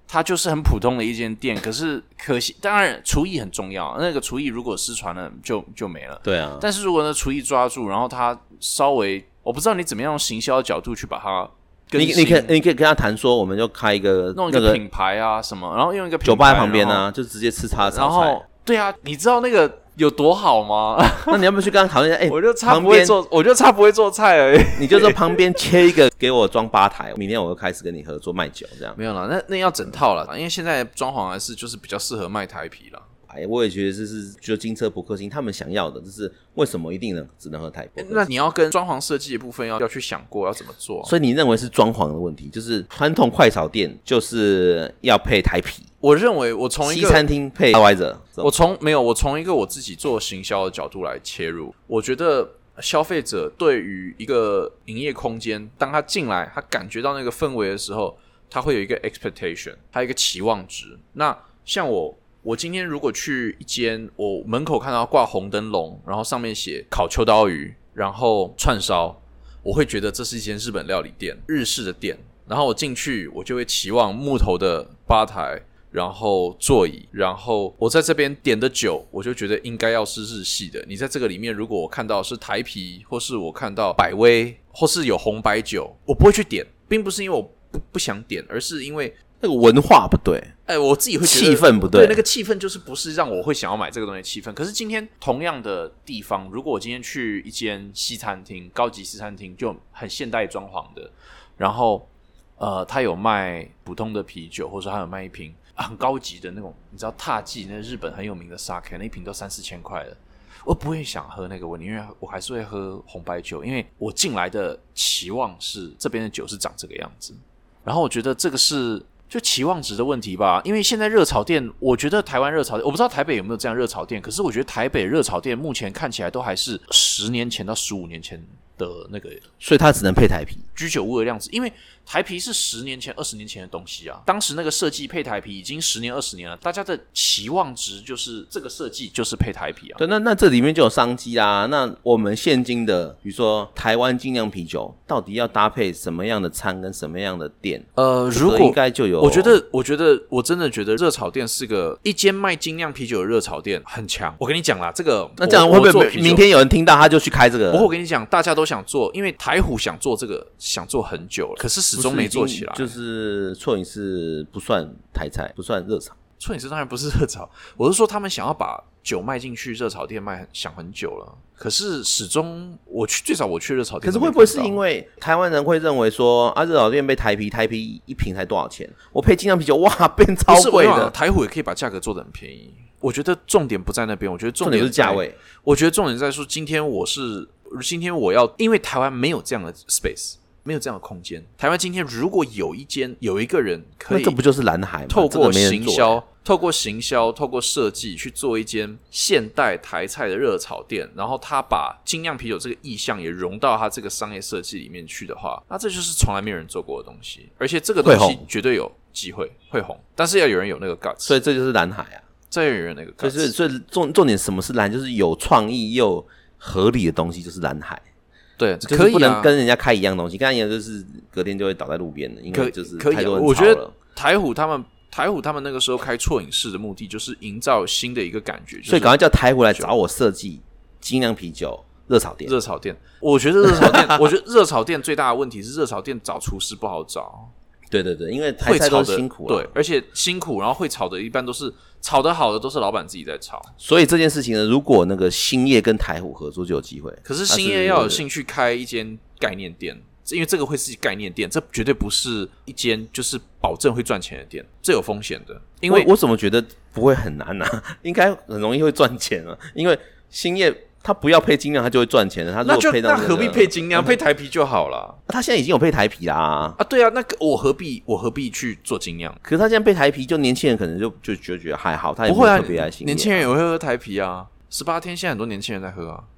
S1: 它就是很普通的一间店，可是可惜，当然厨艺很重要，那个厨艺如果失传了就就没了。
S2: 对啊，
S1: 但是如果呢厨艺抓住，然后他稍微，我不知道你怎么样用行销的角度去把它更新，
S2: 你你可以你可以跟他谈说，我们就开一个
S1: 弄一个品牌啊什么，然后用一个品牌
S2: 酒吧在旁边啊，就直接吃叉烧菜。
S1: 然后对啊，你知道那个有多好吗？
S2: 那你要不要去跟他讨论一下？哎、欸，
S1: 我就差不会做，我就差不会做菜而已。
S2: 你就说旁边切一个给我装吧台，明天我就开始跟你合作卖酒，这样
S1: 没有啦，那那要整套了，因为现在装潢还是就是比较适合卖台啤啦。
S2: 哎，我也觉得这是就金车伯克星他们想要的，就是为什么一定能只能喝台啤？
S1: 那你要跟装潢设计的部分要要去想过要怎么做。
S2: 所以你认为是装潢的问题，就是传统快炒店就是要配台啤。
S1: 我认为我从一个
S2: 西餐厅配 Budweiser，
S1: 我从没有我从一个我自己做行销的角度来切入，我觉得消费者对于一个营业空间，当他进来，他感觉到那个氛围的时候，他会有一个 expectation， 还有一个期望值。那像我，我今天如果去一间，我门口看到挂红灯笼，然后上面写烤秋刀鱼，然后串烧，我会觉得这是一间日本料理店，日式的店。然后我进去，我就会期望木头的吧台。然后座椅，然后我在这边点的酒，我就觉得应该要是日系的。你在这个里面，如果我看到是台啤，或是我看到百威，或是有红白酒，我不会去点，并不是因为我 不, 不想点，而是因为
S2: 那个文化不对，
S1: 哎，我自己会觉得
S2: 气氛不对，
S1: 对，那个气氛就是不是让我会想要买这个东西的气氛。可是今天同样的地方，如果我今天去一间西餐厅，高级西餐厅，就很现代装潢的，然后呃，他有卖普通的啤酒，或者他有卖一瓶很高级的那种，你知道踏迹那日本很有名的 sake， 那一瓶都三四千块的，我不会想喝那个问题，因为我还是会喝红白酒，因为我进来的期望是这边的酒是长这个样子，然后我觉得这个是就期望值的问题吧。因为现在热炒店，我觉得台湾热炒店，我不知道台北有没有这样热炒店，可是我觉得台北热炒店目前看起来都还是十年前到十五年前的那个，
S2: 所以它只能配台啤
S1: 居酒屋的样子，因为台啤是十年前、二十年前的东西啊。当时那个设计配台啤已经十年、二十年了，大家的期望值就是这个设计就是配台啤啊。
S2: 对，那那这里面就有商机啦。那我们现今的，比如说台湾精酿啤酒，到底要搭配什么样的餐跟什么样的店？
S1: 呃，如果
S2: 应该就有，
S1: 我觉得，我觉得，我真的觉得热炒店是个一间卖精酿啤酒的热炒店很强。我跟你讲啦，这个
S2: 那这样会不会明天有人听到他就去开这个？
S1: 我跟你讲，大家都想做，因为台虎想做这个，想做很久了，可是始终没做起来。
S2: 就是啜饮室不算台菜，不算热炒。
S1: 啜饮室当然不是热炒，我是说他们想要把酒卖进去热炒店卖，想很久了。可是始终我去最早我去热炒店，
S2: 可是会不会是因为台湾人会认为说啊，热炒店配台啤，台啤一瓶才多少钱？我配精酿啤酒哇，变超贵的。
S1: 台虎也可以把价格做得很便宜。我觉得重点不在那边，我觉得重点
S2: 是价位。
S1: 我觉得重点在说，今天我是今天我要，因为台湾没有这样的 space。没有这样的空间。台湾今天如果有一间有一个人可以，
S2: 那这不就是蓝海吗？
S1: 透过行销、透过行销、透过设计去做一间现代台菜的热炒店，然后他把精酿啤酒这个意象也融到他这个商业设计里面去的话，那这就是从来没有人做过的东西，而且这个东西绝对有机会会红，但是要有人有那个 guts，
S2: 所以这就是蓝海啊。
S1: 再要有人那个 guts，
S2: 所以所以重重点什么是蓝，就是有创意又合理的东西就是蓝海。
S1: 对，
S2: 就是不能跟人家开一样东西，跟人家就是隔天就会倒在路边的，因为就是太多人吵了。
S1: 我觉得台虎他们台虎他们那个时候开啜饮室的目的就是营造新的一个感觉，就是、
S2: 所以赶快叫台虎来找我设计精酿啤酒热炒店。
S1: 热炒店，我觉得热炒店，我觉得热炒店最大的问题是热炒店找厨师不好找。
S2: 对对对，因为台菜都是辛苦了，
S1: 对，而且辛苦，然后会炒的一般都是炒得好的都是老板自己在炒。
S2: 所以这件事情呢，如果那个兴业跟台虎合作就有机会。
S1: 可是兴业要有兴趣开一间概念店，因为这个会是概念店，这绝对不是一间就是保证会赚钱的店，这有风险的。因为
S2: 我, 我怎么觉得不会很难啊？应该很容易会赚钱啊，因为兴业。他不要配精酿，他就会赚钱的。他如果配到、那個、
S1: 那何必配精酿？配台啤就好了、啊。
S2: 他现在已经有配台啤啦。
S1: 啊，对啊，那个我何必我何必去做精酿？
S2: 可是他现在配台啤，就年轻人可能就就觉得还好，他也不会特别爱兴。
S1: 年轻人也会喝台啤啊。十八天现在很多年轻人在喝啊。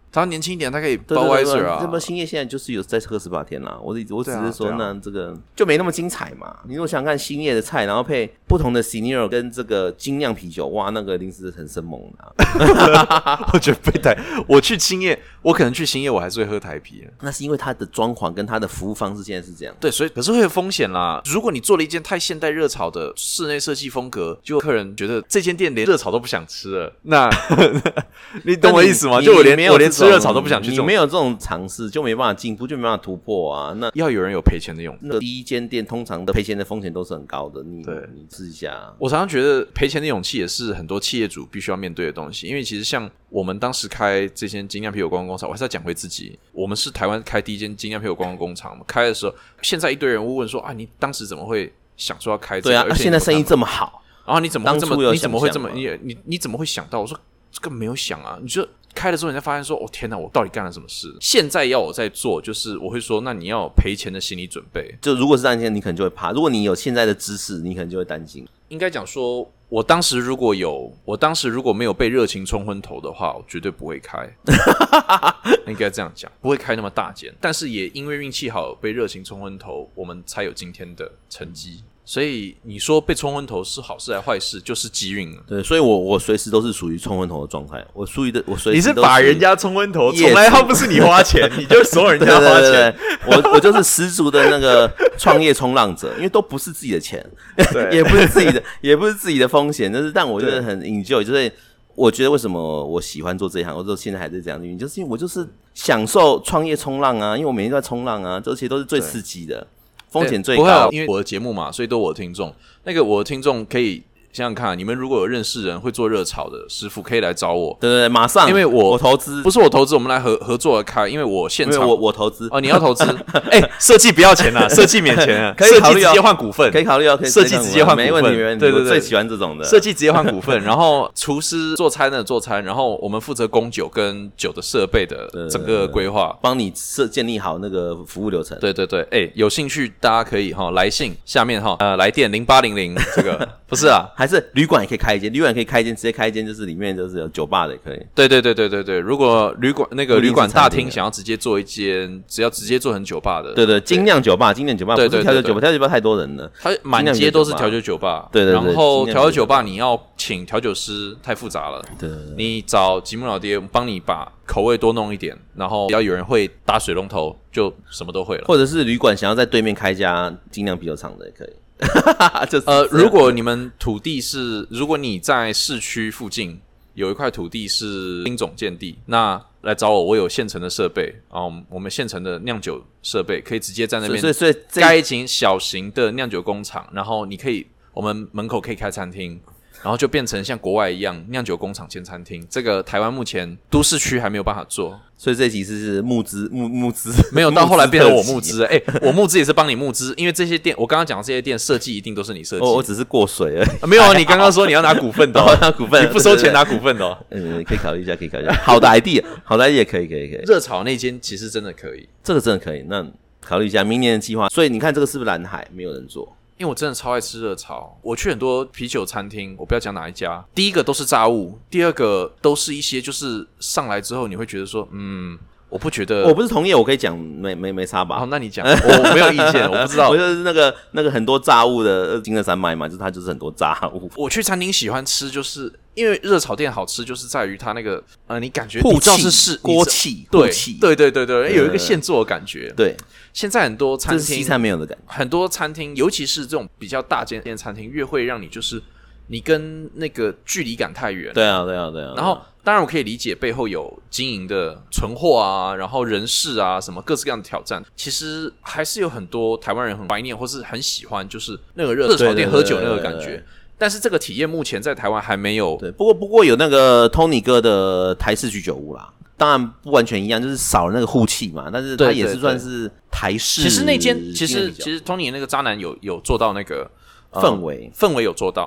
S1: 他年轻一点，他可以包 Weiser 啊。
S2: 这么兴业现在就是有在喝十八天啦，我我只是说，
S1: 啊啊、
S2: 那这个就没那么精彩嘛。你如果想看兴业的菜，然后配不同的 Senior 跟这个精酿啤酒，哇，那个一定是很生猛的、
S1: 啊。我觉得被台，我去兴业，我可能去兴业，我还是会喝台啤。
S2: 那是因为它的装潢跟它的服务方式现在是这样。
S1: 对，所以可是会有风险啦。如果你做了一件太现代热炒的室内设计风格，就客人觉得这间店连热炒都不想吃了，那你懂我意思吗？就我连我连吃热炒都不想去。
S2: 你没有这种尝试，就没办法进步，就没办法突破啊。那
S1: 要有人有赔钱的勇气。
S2: 那第一间店通常的赔钱的风险都是很高的，你你试一下。
S1: 我常常觉得赔钱的勇气也是很多企业主必须要面对的东西，因为其实像我们当时开这间精酿啤酒观光工厂，我还是要讲回自己，我们是台湾开第一间精酿啤酒观光工厂，开的时候，现在一堆人会问说啊，你当时怎么会想说要开这个？
S2: 对啊，而且现在生意这么好，
S1: 然后你怎么会这么你怎么会这么
S2: 你
S1: 你你怎么会想到？我说这个没有想啊，你就开了之后，你才发现说，哦天哪，我到底干了什么事？现在要我再做，就是我会说，那你要有赔钱的心理准备。
S2: 就如果是担心，你可能就会怕；如果你有现在的知识，你可能就会担心。
S1: 应该讲说，我当时如果有，我当时如果没有被热情冲昏头的话，我绝对不会开。应该这样讲，不会开那么大间。但是也因为运气好，被热情冲昏头，我们才有今天的成绩。所以你说被冲昏头是好事还是坏事，就是机运了。
S2: 对，所以我我随时都是属于冲昏头的状态。我属于的，我随时
S1: 你是把人家冲昏头，
S2: 从
S1: 来他不是你花钱，你就所有人家花钱。
S2: 对对对对我我就是十足的那个创业冲浪者，因为都不是自己的钱，也不是自己的，也不是自己的风险，就是但我觉得很 enjoy， 就是。我觉得为什么我喜欢做这一行，或者说现在还是这样的原因，就是因为我就是享受创业冲浪啊，因为我每天都在冲浪啊，这些都是最刺激的。风险最高，
S1: 因为我的节目嘛，所以都我的听众。那个我的听众可以想想看，你们如果有认识人会做热炒的师傅，可以来找我。
S2: 对对对，马上，
S1: 因为我
S2: 我投资，
S1: 不是我投资，我们来合合作而开。因为我现场，
S2: 我我投资
S1: 哦，你要投资？哎、欸，设计不要钱啊，设计免钱啊，
S2: 可以考虑、哦、
S1: 直接换股份，
S2: 可以考虑哦，可以
S1: 设计直接换股份，
S2: 没问题，没问题。
S1: 对对对，
S2: 我最喜欢这种的，
S1: 设计直接换股份，然后厨师做餐的做餐，然后我们负责供酒跟酒的设备的整个规划，
S2: 帮你设建立好那个服务流程。
S1: 对对对，哎、欸，有兴趣大家可以哈来信下面哈呃来电零八零零这个不是啊，
S2: 还是旅馆也可以开一间，旅馆可以开一间，直接开一间就是里面就是有酒吧的也可以。
S1: 对对对对对对，如果旅馆那个旅馆大厅想要直接做一间，只要直接做成酒吧的，
S2: 对对，精酿酒吧，精酿酒吧不是调酒酒吧，调酒酒吧太多人了，
S1: 它满街都是调酒酒吧，
S2: 对对对，
S1: 然后调酒酒吧你要请调酒师太复杂了，
S2: 对对对，
S1: 你找吉姆老爹帮你把口味多弄一点，然后要有人会打水龙头，就什么都会了。
S2: 或者是旅馆想要在对面开一家精酿啤酒厂的也可以。就是
S1: 呃，如果你们土地是，如果你在市区附近有一块土地是新总建地，那来找我，我有现成的设备啊，我们现成的酿酒设备可以直接在那边盖一间小型的酿酒工厂，然后你可以，我们门口可以开餐厅。然后就变成像国外一样酿酒工厂兼餐厅，这个台湾目前都市区还没有办法做，
S2: 所以这集是募资募募资，
S1: 没有到后来变成我募资，哎、欸，我募资也是帮你募资，因为这些店我刚刚讲的这些店设计一定都是你设计、
S2: 哦，我只是过水而已，
S1: 啊、没有，你刚刚说你要拿股份的、哦，
S2: 拿股份，
S1: 你不收钱拿股份的、哦，
S2: 嗯，可以考虑一下，可以考虑一下，好的 idea， 好的 idea 可以可以可以，
S1: 热炒那间其实真的可以，
S2: 这个真的可以，那考虑一下明年的计划，所以你看这个是不是蓝海没有人做？
S1: 因为我真的超爱吃热炒，我去很多啤酒餐厅，我不要讲哪一家，第一个都是炸物，第二个都是一些就是上来之后你会觉得说，嗯，我不觉得，
S2: 我不是同业，我可以讲没没没差吧？
S1: 哦，那你讲，我没有意见，我不知道，
S2: 我就是那个那个很多炸物的金乐山脉嘛，就是它就是很多炸物。
S1: 我去餐厅喜欢吃，就是因为热炒店好吃，就是在于它那个呃，你感觉
S2: 护气
S1: 是是
S2: 锅气，
S1: 对
S2: 气，
S1: 对对对对，有一个现做的感觉，
S2: 对。
S1: 现在很多餐厅，
S2: 这是西餐没有的感觉。
S1: 很多餐厅，尤其是这种比较大间店餐厅，越会让你就是你跟那个距离感太远。
S2: 对啊，对啊，对啊。
S1: 然后，当然我可以理解背后有经营的存货啊，然后人事啊，什么各式各样的挑战。其实还是有很多台湾人很怀念或是很喜欢，就是那个热炒店喝酒那个感觉。但是这个体验目前在台湾还没有。
S2: 对，不过不过有那个 Tony 哥的台式居酒屋啦。当然不完全一样，就是少了那个护气嘛，但是它也是算是台式。
S1: 其实那间，其实其实 Tony 那个渣男有有做到那个、呃、
S2: 氛围，
S1: 氛围有做到，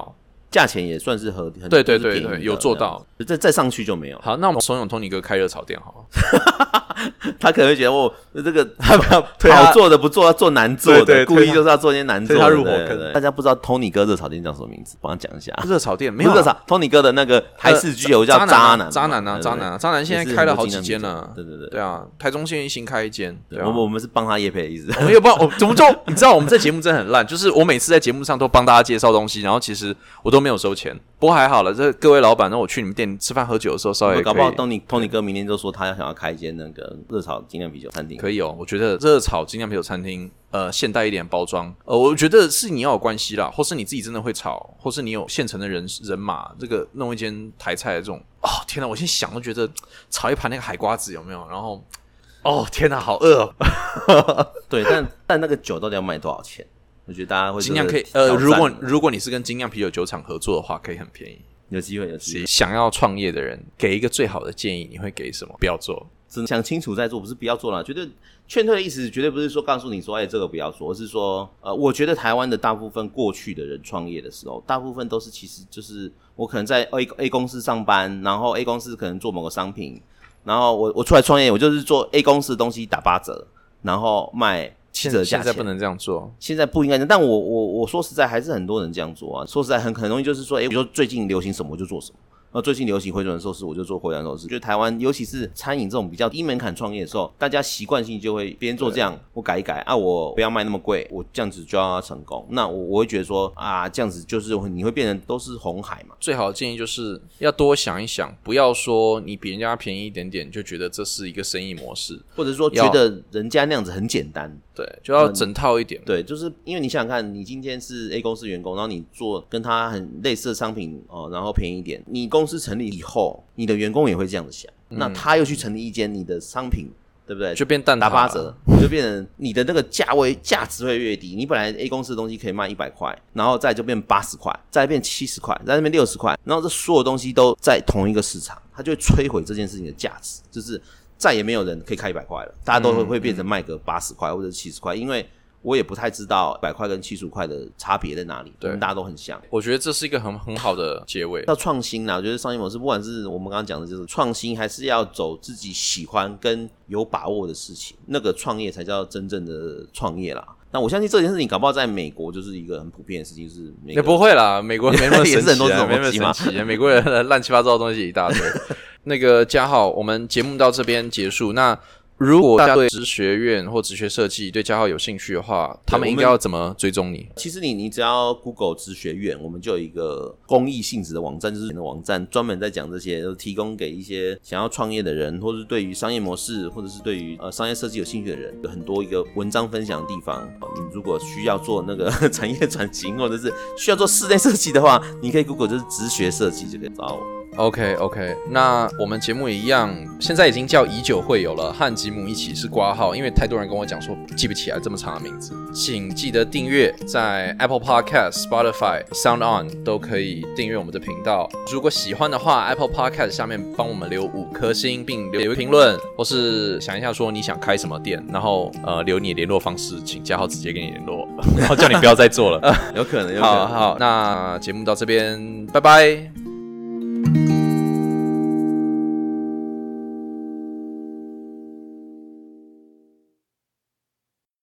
S2: 价钱也算是合，很
S1: 对对对对，有做到，
S2: 再再上去就没有。
S1: 好，那我们怂恿 Tony 哥开热炒店好了。
S2: 他可能会觉得我这个好做的不做，要做难做的，对对，故意就是要做一些难做的。
S1: 他入伙坑。
S2: 大家不知道 Tony 哥热炒店叫什么名字，帮他讲一下。
S1: 热炒店没有
S2: 热炒 Tony 哥的那个台式居酒叫渣男，
S1: 渣男啊，渣男啊，渣男现在开了好几间了。
S2: 对对对，
S1: 对啊，台中县新开一间。
S2: 我们我们是帮他业配的意思。
S1: 我们也不知道，怎么就你知道我们这节目真的很烂，就是我每次在节目上都帮大家介绍东西，然后其实我都没有收钱。不过还好了，这各位老板，那我去你们店吃饭喝酒的时候，稍微
S2: 搞不好 Tony Tony 哥明天就说他要想要开一间那个热炒精酿啤酒餐厅，
S1: 可以哦。我觉得热炒精酿啤酒餐厅，呃，现代一点包装，呃，我觉得是你要有关系啦，或是你自己真的会炒，或是你有现成的人人马，这个弄一间台菜的这种，哦，天哪，我现在想都觉得炒一盘那个海瓜子有没有？然后，哦，天哪，好饿哦。
S2: 对，但但那个酒到底要卖多少钱？我觉得大家会
S1: 精酿可以，呃，如果如果你是跟精酿啤酒酒厂合作的话，可以很便宜，
S2: 有机会，有机会。
S1: 想要创业的人，给一个最好的建议，你会给什么？不要做，
S2: 想清楚再做，不是不要做啦。绝对劝退的意思，绝对不是说告诉你说，哎、欸，这个不要做，而是说，呃，我觉得台湾的大部分过去的人创业的时候，大部分都是其实就是我可能在 A A 公司上班，然后 A 公司可能做某个商品，然后我我出来创业，我就是做 A 公司的东西打八折，然后卖。七折价钱，
S1: 现在不能这样做，
S2: 现在不应该这样。但我我我说实在，还是很多人这样做啊。说实在，很很容易就是说，哎、欸，比如说最近流行什么我就做什么。呃，最近流行回转寿司，我就做回转寿司。觉得台湾，尤其是餐饮这种比较低门槛创业的时候，大家习惯性就会别人做这样，我改一改啊，我不要卖那么贵，我这样子就要成功。那我我会觉得说啊，这样子就是你会变成都是红海嘛。
S1: 最好的建议就是要多想一想，不要说你比人家便宜一点点就觉得这是一个生意模式，
S2: 或者说觉得人家那样子很简单。
S1: 对，就要整套一点、嗯。
S2: 对，就是因为你想想看，你今天是 A 公司员工，然后你做跟他很类似的商品哦，然后便宜一点，你公司成立以后，你的员工也会这样子想，嗯、那他又去成立一间你的商品，对不对？
S1: 就变蛋挞
S2: 打八折，就变成你的那个价位价值会越低。你本来 A 公司的东西可以卖一百块，然后再就变八十块，再变七十块，再变六十块，然后这所有东西都在同一个市场，它就会摧毁这件事情的价值，就是再也没有人可以开一百块了，大家都会会变成卖个八十块或者七十块，因为我也不太知道一百块跟七十五块的差别在哪里，对，大家都很像。
S1: 我觉得这是一个很很好的结尾。
S2: 要创新啦，我觉得商业模式不管是我们刚刚讲的就是创新，还是要走自己喜欢跟有把握的事情，那个创业才叫真正的创业啦。那我相信这件事情搞不好在美国就是一个很普遍的事情，就是也
S1: 不会啦，美国没那么神奇、啊，
S2: 也是很多这种
S1: 没那么神奇、啊，美国人乱七八糟的东西一大堆。那个嘉浩，我们节目到这边结束。那如果大家对职学院或职学设计对嘉浩有兴趣的话，他们应该要怎么追踪你？
S2: 其实你你只要 Google 职学院，我们就有一个公益性质的网站，就是的网站专门在讲这些，就提供给一些想要创业的人，或是对于商业模式，或者是对于呃商业设计有兴趣的人，有很多一个文章分享的地方。你如果需要做那个产业转型，或者是需要做室内设计的话，你可以 Google 就是职学设计就可以找我。
S1: OK OK， 那我们节目也一样，现在已经叫以酒会友了，和吉姆一起是挂号，因为太多人跟我讲说记不起来这么长的名字，请记得订阅，在 Apple Podcast、Spotify、Sound On 都可以订阅我们的频道。如果喜欢的话 ，Apple Podcast 下面帮我们留五颗星，并留评论，或是想一下说你想开什么店，然后呃留你的联络方式，请嘉浩直接跟你联络，然后叫你不要再做了，
S2: 有可能，有可能。
S1: 好好，那节目到这边，拜拜。